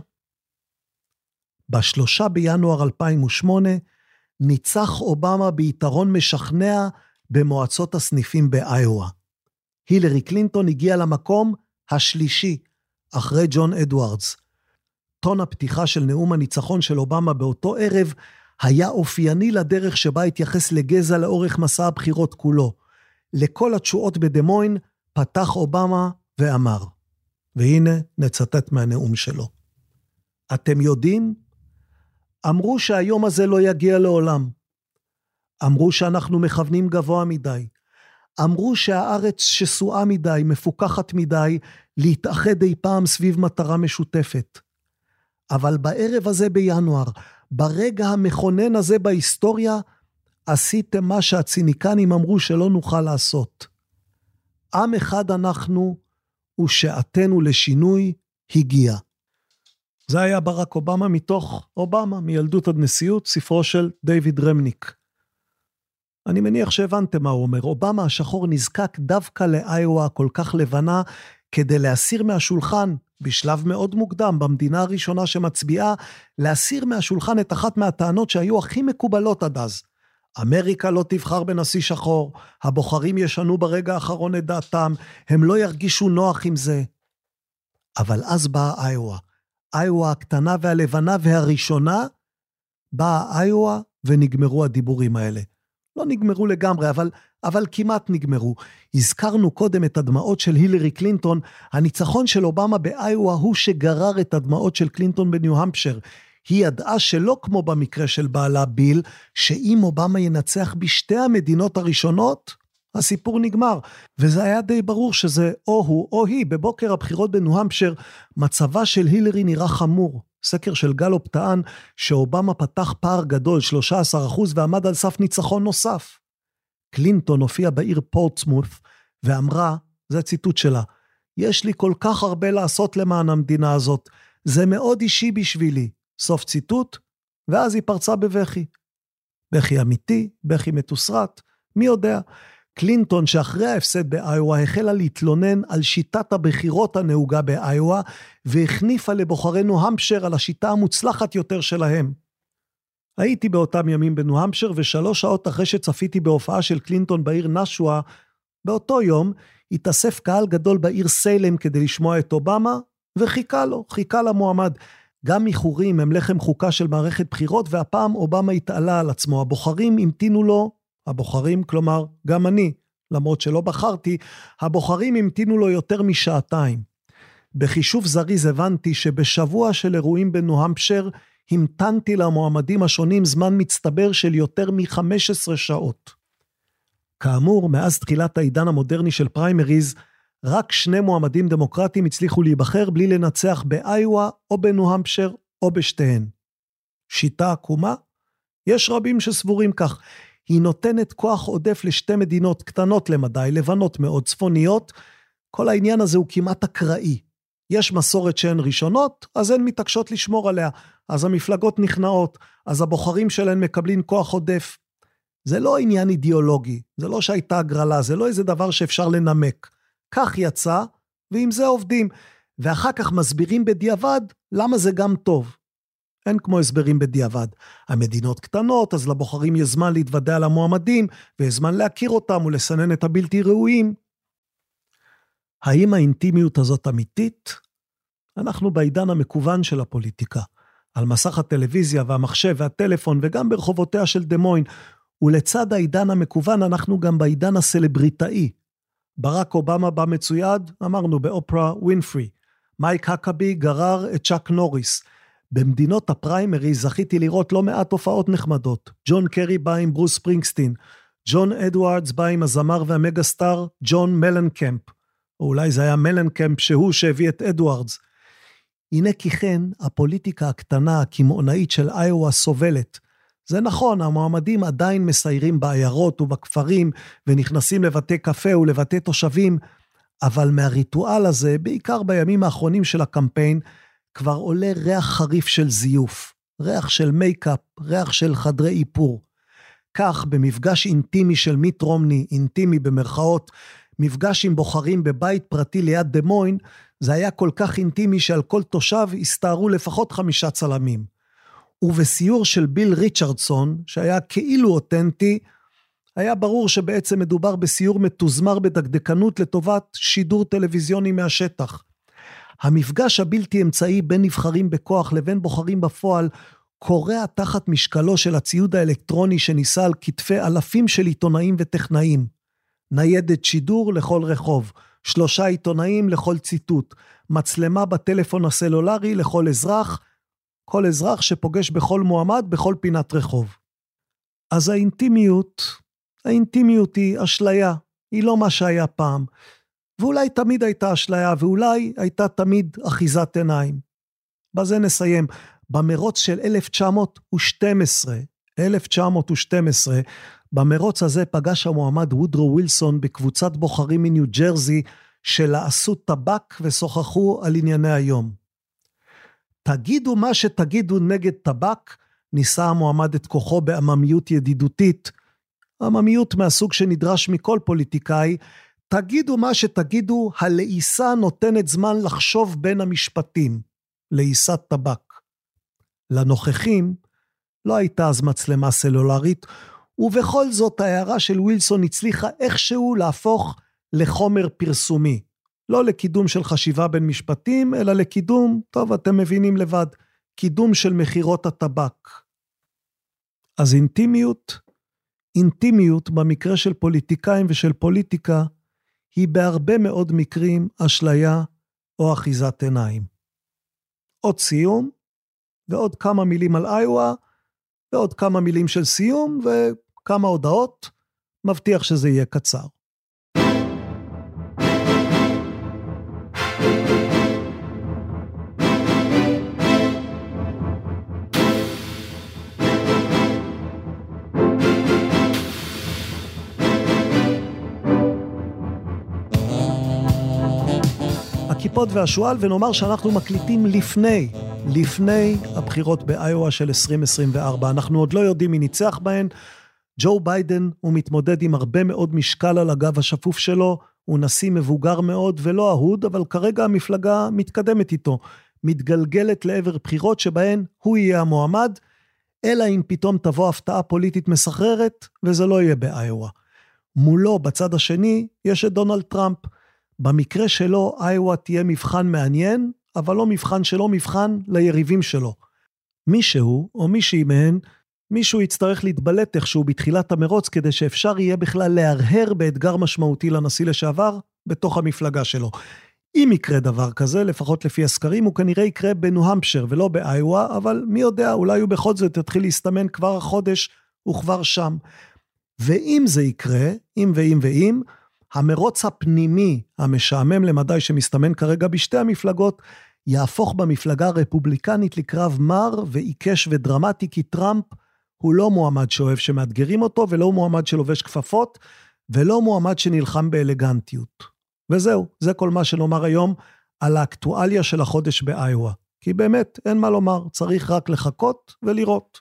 ב3 בינואר 2008 ניצח אובמה ביתרון משכנע במועצות הסניפים באיואה. הילרי קלינטון הגיע למקום השלישי, אחרי ג'ון אדוארדס. טון הפתיחה של נאום הניצחון של אובמה באותו ערב, היה אופייני לדרך שבה התייחס לגזע לאורך מסע הבחירות כולו. לכל התשואות בדמוין, פתח אובמה ואמר, והנה נצטט מהנאום שלו. אתם יודעים? אמרו שהיום הזה לא יגיע לעולם. אמרו שאנחנו מכוונים גבוה מדי. אמרו שהארץ שסועה מדי, מפוקחת מדי, להתאחד אי פעם סביב מטרה משותפת. אבל בערב הזה בינואר, ברגע המכונן הזה בהיסטוריה, עשיתם מה שהציניקנים אמרו שלא נוכל לעשות. עם אחד אנחנו, ושעתנו לשינוי הגיע. זה היה ברק אובמה מתוך אובמה, מילדות עד נשיאות, ספרו של דיוויד רמניק. אני מניח שהבנתם מה הוא אומר. אובמה השחור נזקק דווקא לאיואה כל כך לבנה, כדי להסיר מהשולחן, בשלב מאוד מוקדם, במדינה הראשונה שמצביעה, להסיר מהשולחן את אחת מהטענות שהיו הכי מקובלות עד אז. אמריקה לא תבחר בנשיא שחור, הבוחרים ישנו ברגע האחרון את דעתם, הם לא ירגישו נוח עם זה. אבל אז באה איואה. איואה הקטנה והלבנה והראשונה, באה איואה ונגמרו הדיבורים האלה. לא נגמרו לגמרי, אבל כמעט נגמרו. הזכרנו קודם את הדמעות של הילרי קלינטון, הניצחון של אובמה באיואה הוא שגרר את הדמעות של קלינטון בניו-המפשר. היא ידעה שלא כמו במקרה של בעלה ביל, שאם אובמה ינצח בשתי המדינות הראשונות, הסיפור נגמר. וזה היה די ברור שזה או הוא או היא. בבוקר הבחירות בניו-המפשר, מצבה של הילרי נראה חמור. סקר של גלופ טען שאובמה פתח פער גדול 13% ועמד על סף ניצחון נוסף. קלינטון הופיע בעיר פורטסמות' ואמרה, זה ציטוט שלה, יש לי כל כך הרבה לעשות למען המדינה הזאת, זה מאוד אישי בשבילי, סוף ציטוט, ואז היא פרצה בבכי. בכי אמיתי, בכי מתוסרט, מי יודע? קלינטון שאחרי ההפסד באיואה החלה להתלונן על שיטת הבחירות הנהוגה באיואה, והכניפה לבוחרי ניו המפשר על השיטה המוצלחת יותר שלהם. הייתי באותם ימים בניו המפשר, ו3 שעות אחרי שצפיתי בהופעה של קלינטון בעיר נשווה, באותו יום התאסף קהל גדול בעיר סיילם כדי לשמוע את אובמה, וחיכה לו, חיכה למועמד. גם איחורים הם לחם חוקה של מערכת בחירות, והפעם אובמה התעלה על עצמו. הבוחרים המתינו לו, הבוחרים, כלומר, גם אני, למרות שלא בחרתי, הבוחרים המתינו לו יותר משעתיים. בחישוב זריז הבנתי שבשבוע של אירועים בניו המפשר, המתנתי למועמדים השונים זמן מצטבר של יותר מ-15 שעות. כאמור, מאז תחילת העידן המודרני של פריימריז, רק 2 מועמדים דמוקרטיים הצליחו להיבחר בלי לנצח באיואה או בניו המפשר או בשתיהן. שיטה עקומה? יש רבים שסבורים כך. היא נותנת כוח עודף לשתי מדינות קטנות למדי, לבנות מאוד, צפוניות. כל העניין הזה הוא כמעט אקראי. יש מסורת שהן ראשונות, אז הן מתעקשות לשמור עליה. אז המפלגות נכנעות, אז הבוחרים שלהן מקבלים כוח עודף. זה לא עניין אידיאולוגי, זה לא שהייתה הגרלה, זה לא איזה דבר שאפשר לנמק. כך יצא, ועם זה עובדים. ואחר כך מסבירים בדיעבד למה זה גם טוב. אין כמו הסברים בדיעבד. המדינות קטנות, אז לבוחרים יש זמן להתוודע על המועמדים, ויש זמן להכיר אותם ולסנן את הבלתי ראויים. האם האינטימיות הזאת אמיתית? אנחנו בעידן המקוון של הפוליטיקה. על מסך הטלוויזיה והמחשב והטלפון, וגם ברחובותיה של דמוין, ולצד העידן המקוון אנחנו גם בעידן הסלבריטאי. ברק אובמה בא מצויד, אמרנו באופרה ווינפרי. מייק הקאבי גרר את צ'אק נוריס. במדינות הפריימרי זכיתי לראות לא מעט הופעות נחמדות. ג'ון קרי בא עם ברוס ספרינגסטין. ג'ון אדוארדס בא עם הזמר והמגסטאר ג'ון מלנקמפ. או אולי זה היה מלנקמפ שהביא את אדוארדס. הנה כי כן, הפוליטיקה הקטנה, הכימעונאית של איואה סובלת. זה נכון, המועמדים עדיין מסיירים בעיירות ובכפרים, ונכנסים לבתי קפה ולבתי תושבים, אבל מהריטואל הזה, בעיקר בימים האחרונים של הקמפיין, כבר עולה ריח חריף של זיוף, ריח של מייקאפ, ריח של חדרי איפור. כך, במפגש אינטימי של מיט רומני, אינטימי במרכאות, מפגש עם בוחרים בבית פרטי ליד דמוין, זה היה כל כך אינטימי שעל כל תושב הסתערו לפחות 5 צלמים. ובסיור של ביל ריצ'רדסון, שהיה כאילו אותנטי, היה ברור שבעצם מדובר בסיור מתוזמר בדקדקנות לטובת שידור טלוויזיוני מהשטח. המפגש הבלתי אמצעי בין נבחרים בכוח לבין בוחרים בפועל, קורע תחת משקלו של הציוד האלקטרוני שניסה על כתפי אלפים של עיתונאים וטכנאים. ניידת שידור לכל רחוב, 3 עיתונאים לכל ציטוט, מצלמה בטלפון הסלולרי לכל אזרח, כל אזרח שפוגש בכל מועמד בכל פינת רחוב. אז האינטימיות היא אשליה, היא לא מה שהיה פעם, ואולי תמיד הייתה אשליה, ואולי הייתה תמיד אחיזת עיניים. בזה נסיים. במרוץ של 1912, במרוץ הזה פגש המועמד וודרו ווילסון בקבוצת בוחרים מניו ג'רזי, שלעשו טבק ושוחחו על ענייני היום. תגידו מה שתגידו נגד טבק, ניסה המועמד את כוחו בעממיות ידידותית, עממיות מהסוג שנדרש מכל פוליטיקאי, תגידו מה שתגידו, הלעיסה נותנת זמן לחשוב בין המשפטים, לעיסת טבק. לנוכחים לא הייתה אז מצלמה סלולרית, ובכל זאת ההערה של ווילסון הצליחה איכשהו להפוך לחומר פרסומי. לא לקידום של חשיבה בין משפטים, אלא לקידום, טוב אתם מבינים לבד, קידום של מחירות הטבק. אז אינטימיות במקרה של פוליטיקאים ושל פוליטיקה, היא בהרבה מאוד מקרים אשליה או אחיזת עיניים. עוד סיום, ועוד כמה מילים על איואה, ועוד כמה מילים של סיום, וכמה הודעות, מבטיח שזה יהיה קצר. הקיפוד והשואל, ונאמר שאנחנו מקליטים לפני הבחירות באיואה של 2024. אנחנו עוד לא יודעים מי ניצח בהן. ג'ו ביידן הוא מתמודד עם הרבה מאוד משקל על הגב השפוף שלו, הוא נשיא מבוגר מאוד ולא אהוד, אבל כרגע המפלגה מתקדמת איתו, מתגלגלת לעבר בחירות שבהן הוא יהיה המועמד, אלא אם פתאום תבוא הפתעה פוליטית מסחררת, וזה לא יהיה באיואה. מולו, בצד השני, יש את דונלד טראמפ. במקרה שלו, איואה תהיה מבחן מעניין, אבל לא מבחן שלו, מבחן ליריבים שלו. מישהו, או מישהי מהן, מישהו יצטרך להתבלט איכשהו בתחילת המרוץ, כדי שאפשר יהיה בכלל להרהר באתגר משמעותי לנשיא לשעבר, בתוך המפלגה שלו. אם יקרה דבר כזה, לפחות לפי הסקרים, הוא כנראה יקרה בניו-המפשר ולא באיואה, אבל מי יודע, אולי הוא בכל זאת יתחיל להסתמן כבר החודש, וכבר שם. ואם זה יקרה, אם, המרוץ הפנימי המשעמם למדי שמסתמן כרגע בשתי המפלגות, יהפוך במפלגה הרפובליקנית לקרב מר ועיקש ודרמטי, כי טראמפ הוא לא מועמד שאוהב שמאתגרים אותו, ולא מועמד שלובש כפפות, ולא מועמד שנלחם באלגנטיות. וזהו, זה כל מה שנאמר היום על האקטואליה של החודש באיואה. כי באמת אין מה לומר, צריך רק לחכות ולראות.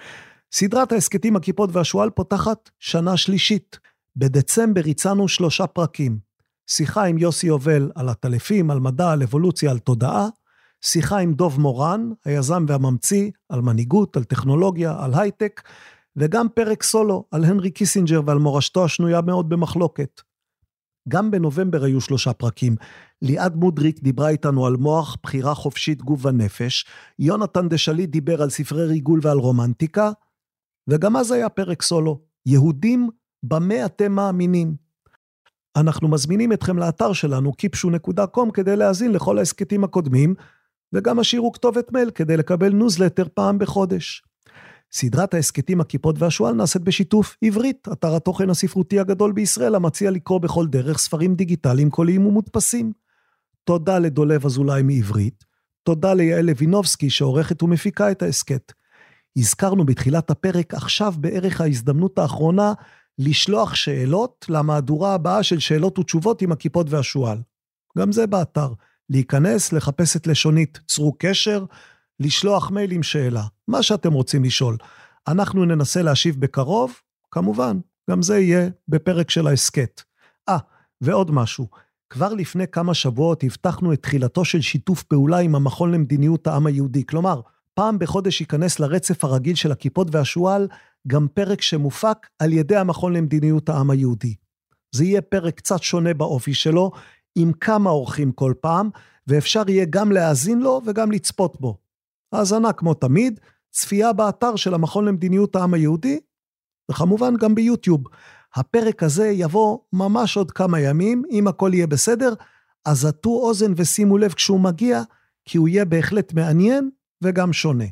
סדרת העסקתים הקיפוד והשואל פותחת שנה שלישית. בדצמבר הצענו 3 פרקים. שיחה עם יוסי יובל על הטלפים, על מדע, על אבולוציה, על תודעה. שיחה עם דוב מורן, היזם והממציא, על מנהיגות, על טכנולוגיה, על הייטק. וגם פרק סולו על הנרי קיסינג'ר ועל מורשתו השנויה מאוד במחלוקת. גם בנובמבר היו 3 פרקים. ליעד מודריק דיברה איתנו על מוח, בחירה חופשית, גוף ונפש. יונתן דשליט דיבר על ספרי ריגול ועל רומנטיקה. וגם אז היה פרק סולו. יהודים במה אתם מאמינים. אנחנו מזמינים אתכם לאתר שלנו, kipshu.com, כדי להאזין לכל העסקתים הקודמים, וגם השאירו כתובת מייל כדי לקבל ניוזלטר פעם בחודש. סדרת העסקתים הקיפוד והשואל נעשית בשיתוף עברית, אתר התוכן הספרותי הגדול בישראל, המציע לקרוא בכל דרך ספרים דיגיטליים קוליים ומודפסים. תודה לדולב אזולאי מעברית, תודה ליעל לוינובסקי שעורכת ומפיקה את העסקת. הזכרנו בתחילת הפרק, עכשיו בערך ההזדמנות האחרונה, לשלוח שאלות למהדורה הבאה של שאלות ותשובות עם הקיפוד והשואל. גם זה באתר, להיכנס, לחפש את לשונית, צרו קשר, לשלוח מייל עם שאלה, מה שאתם רוצים לשאול. אנחנו ננסה להשיב בקרוב, כמובן, גם זה יהיה בפרק של העסקת. ועוד משהו, כבר לפני כמה שבועות הבטחנו את תחילתו של שיתוף פעולה עם המכון למדיניות העם היהודי, כלומר, פעם בחודש ייכנס לרצף הרגיל של הקיפוד והשואל, גם פרק שמופק על ידי המכון למדיניות העם היהודי. זה יהיה פרק קצת שונה באופי שלו, עם כמה אורחים כל פעם, ואפשר יהיה גם להאזין לו וגם לצפות בו. האזנה כמו תמיד, צפייה באתר של המכון למדיניות העם היהודי, וכמובן גם ביוטיוב. הפרק הזה יבוא ממש עוד כמה ימים, אם הכל יהיה בסדר, אז עטו אוזן ושימו לב כשהוא מגיע, כי הוא יהיה בהחלט מעניין וגם שונה.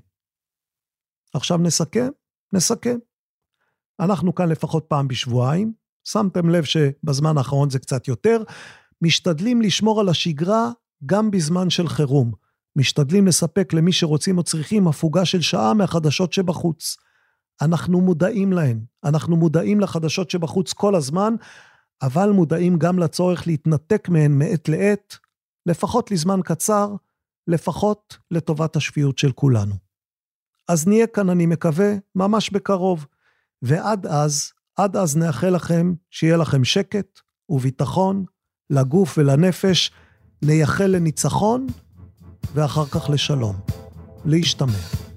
עכשיו נסכם. אנחנו כאן לפחות פעם בשבועיים, שמתם לב שבזמן האחרון זה קצת יותר, משתדלים לשמור על השגרה גם בזמן של חירום, משתדלים לספק למי שרוצים או צריכים הפוגה של שעה מהחדשות שבחוץ. אנחנו מודעים להן, אנחנו מודעים לחדשות שבחוץ כל הזמן, אבל מודעים גם לצורך להתנתק מהן מעת לעת, לפחות לזמן קצר, לפחות לטובת השפיות של כולנו. אז נהיה כאן, אני מקווה, ממש בקרוב, ועד אז נאחל לכם שיהיה לכם שקט וביטחון לגוף ולנפש, נייחל לניצחון ואחר כך לשלום. להשתמע.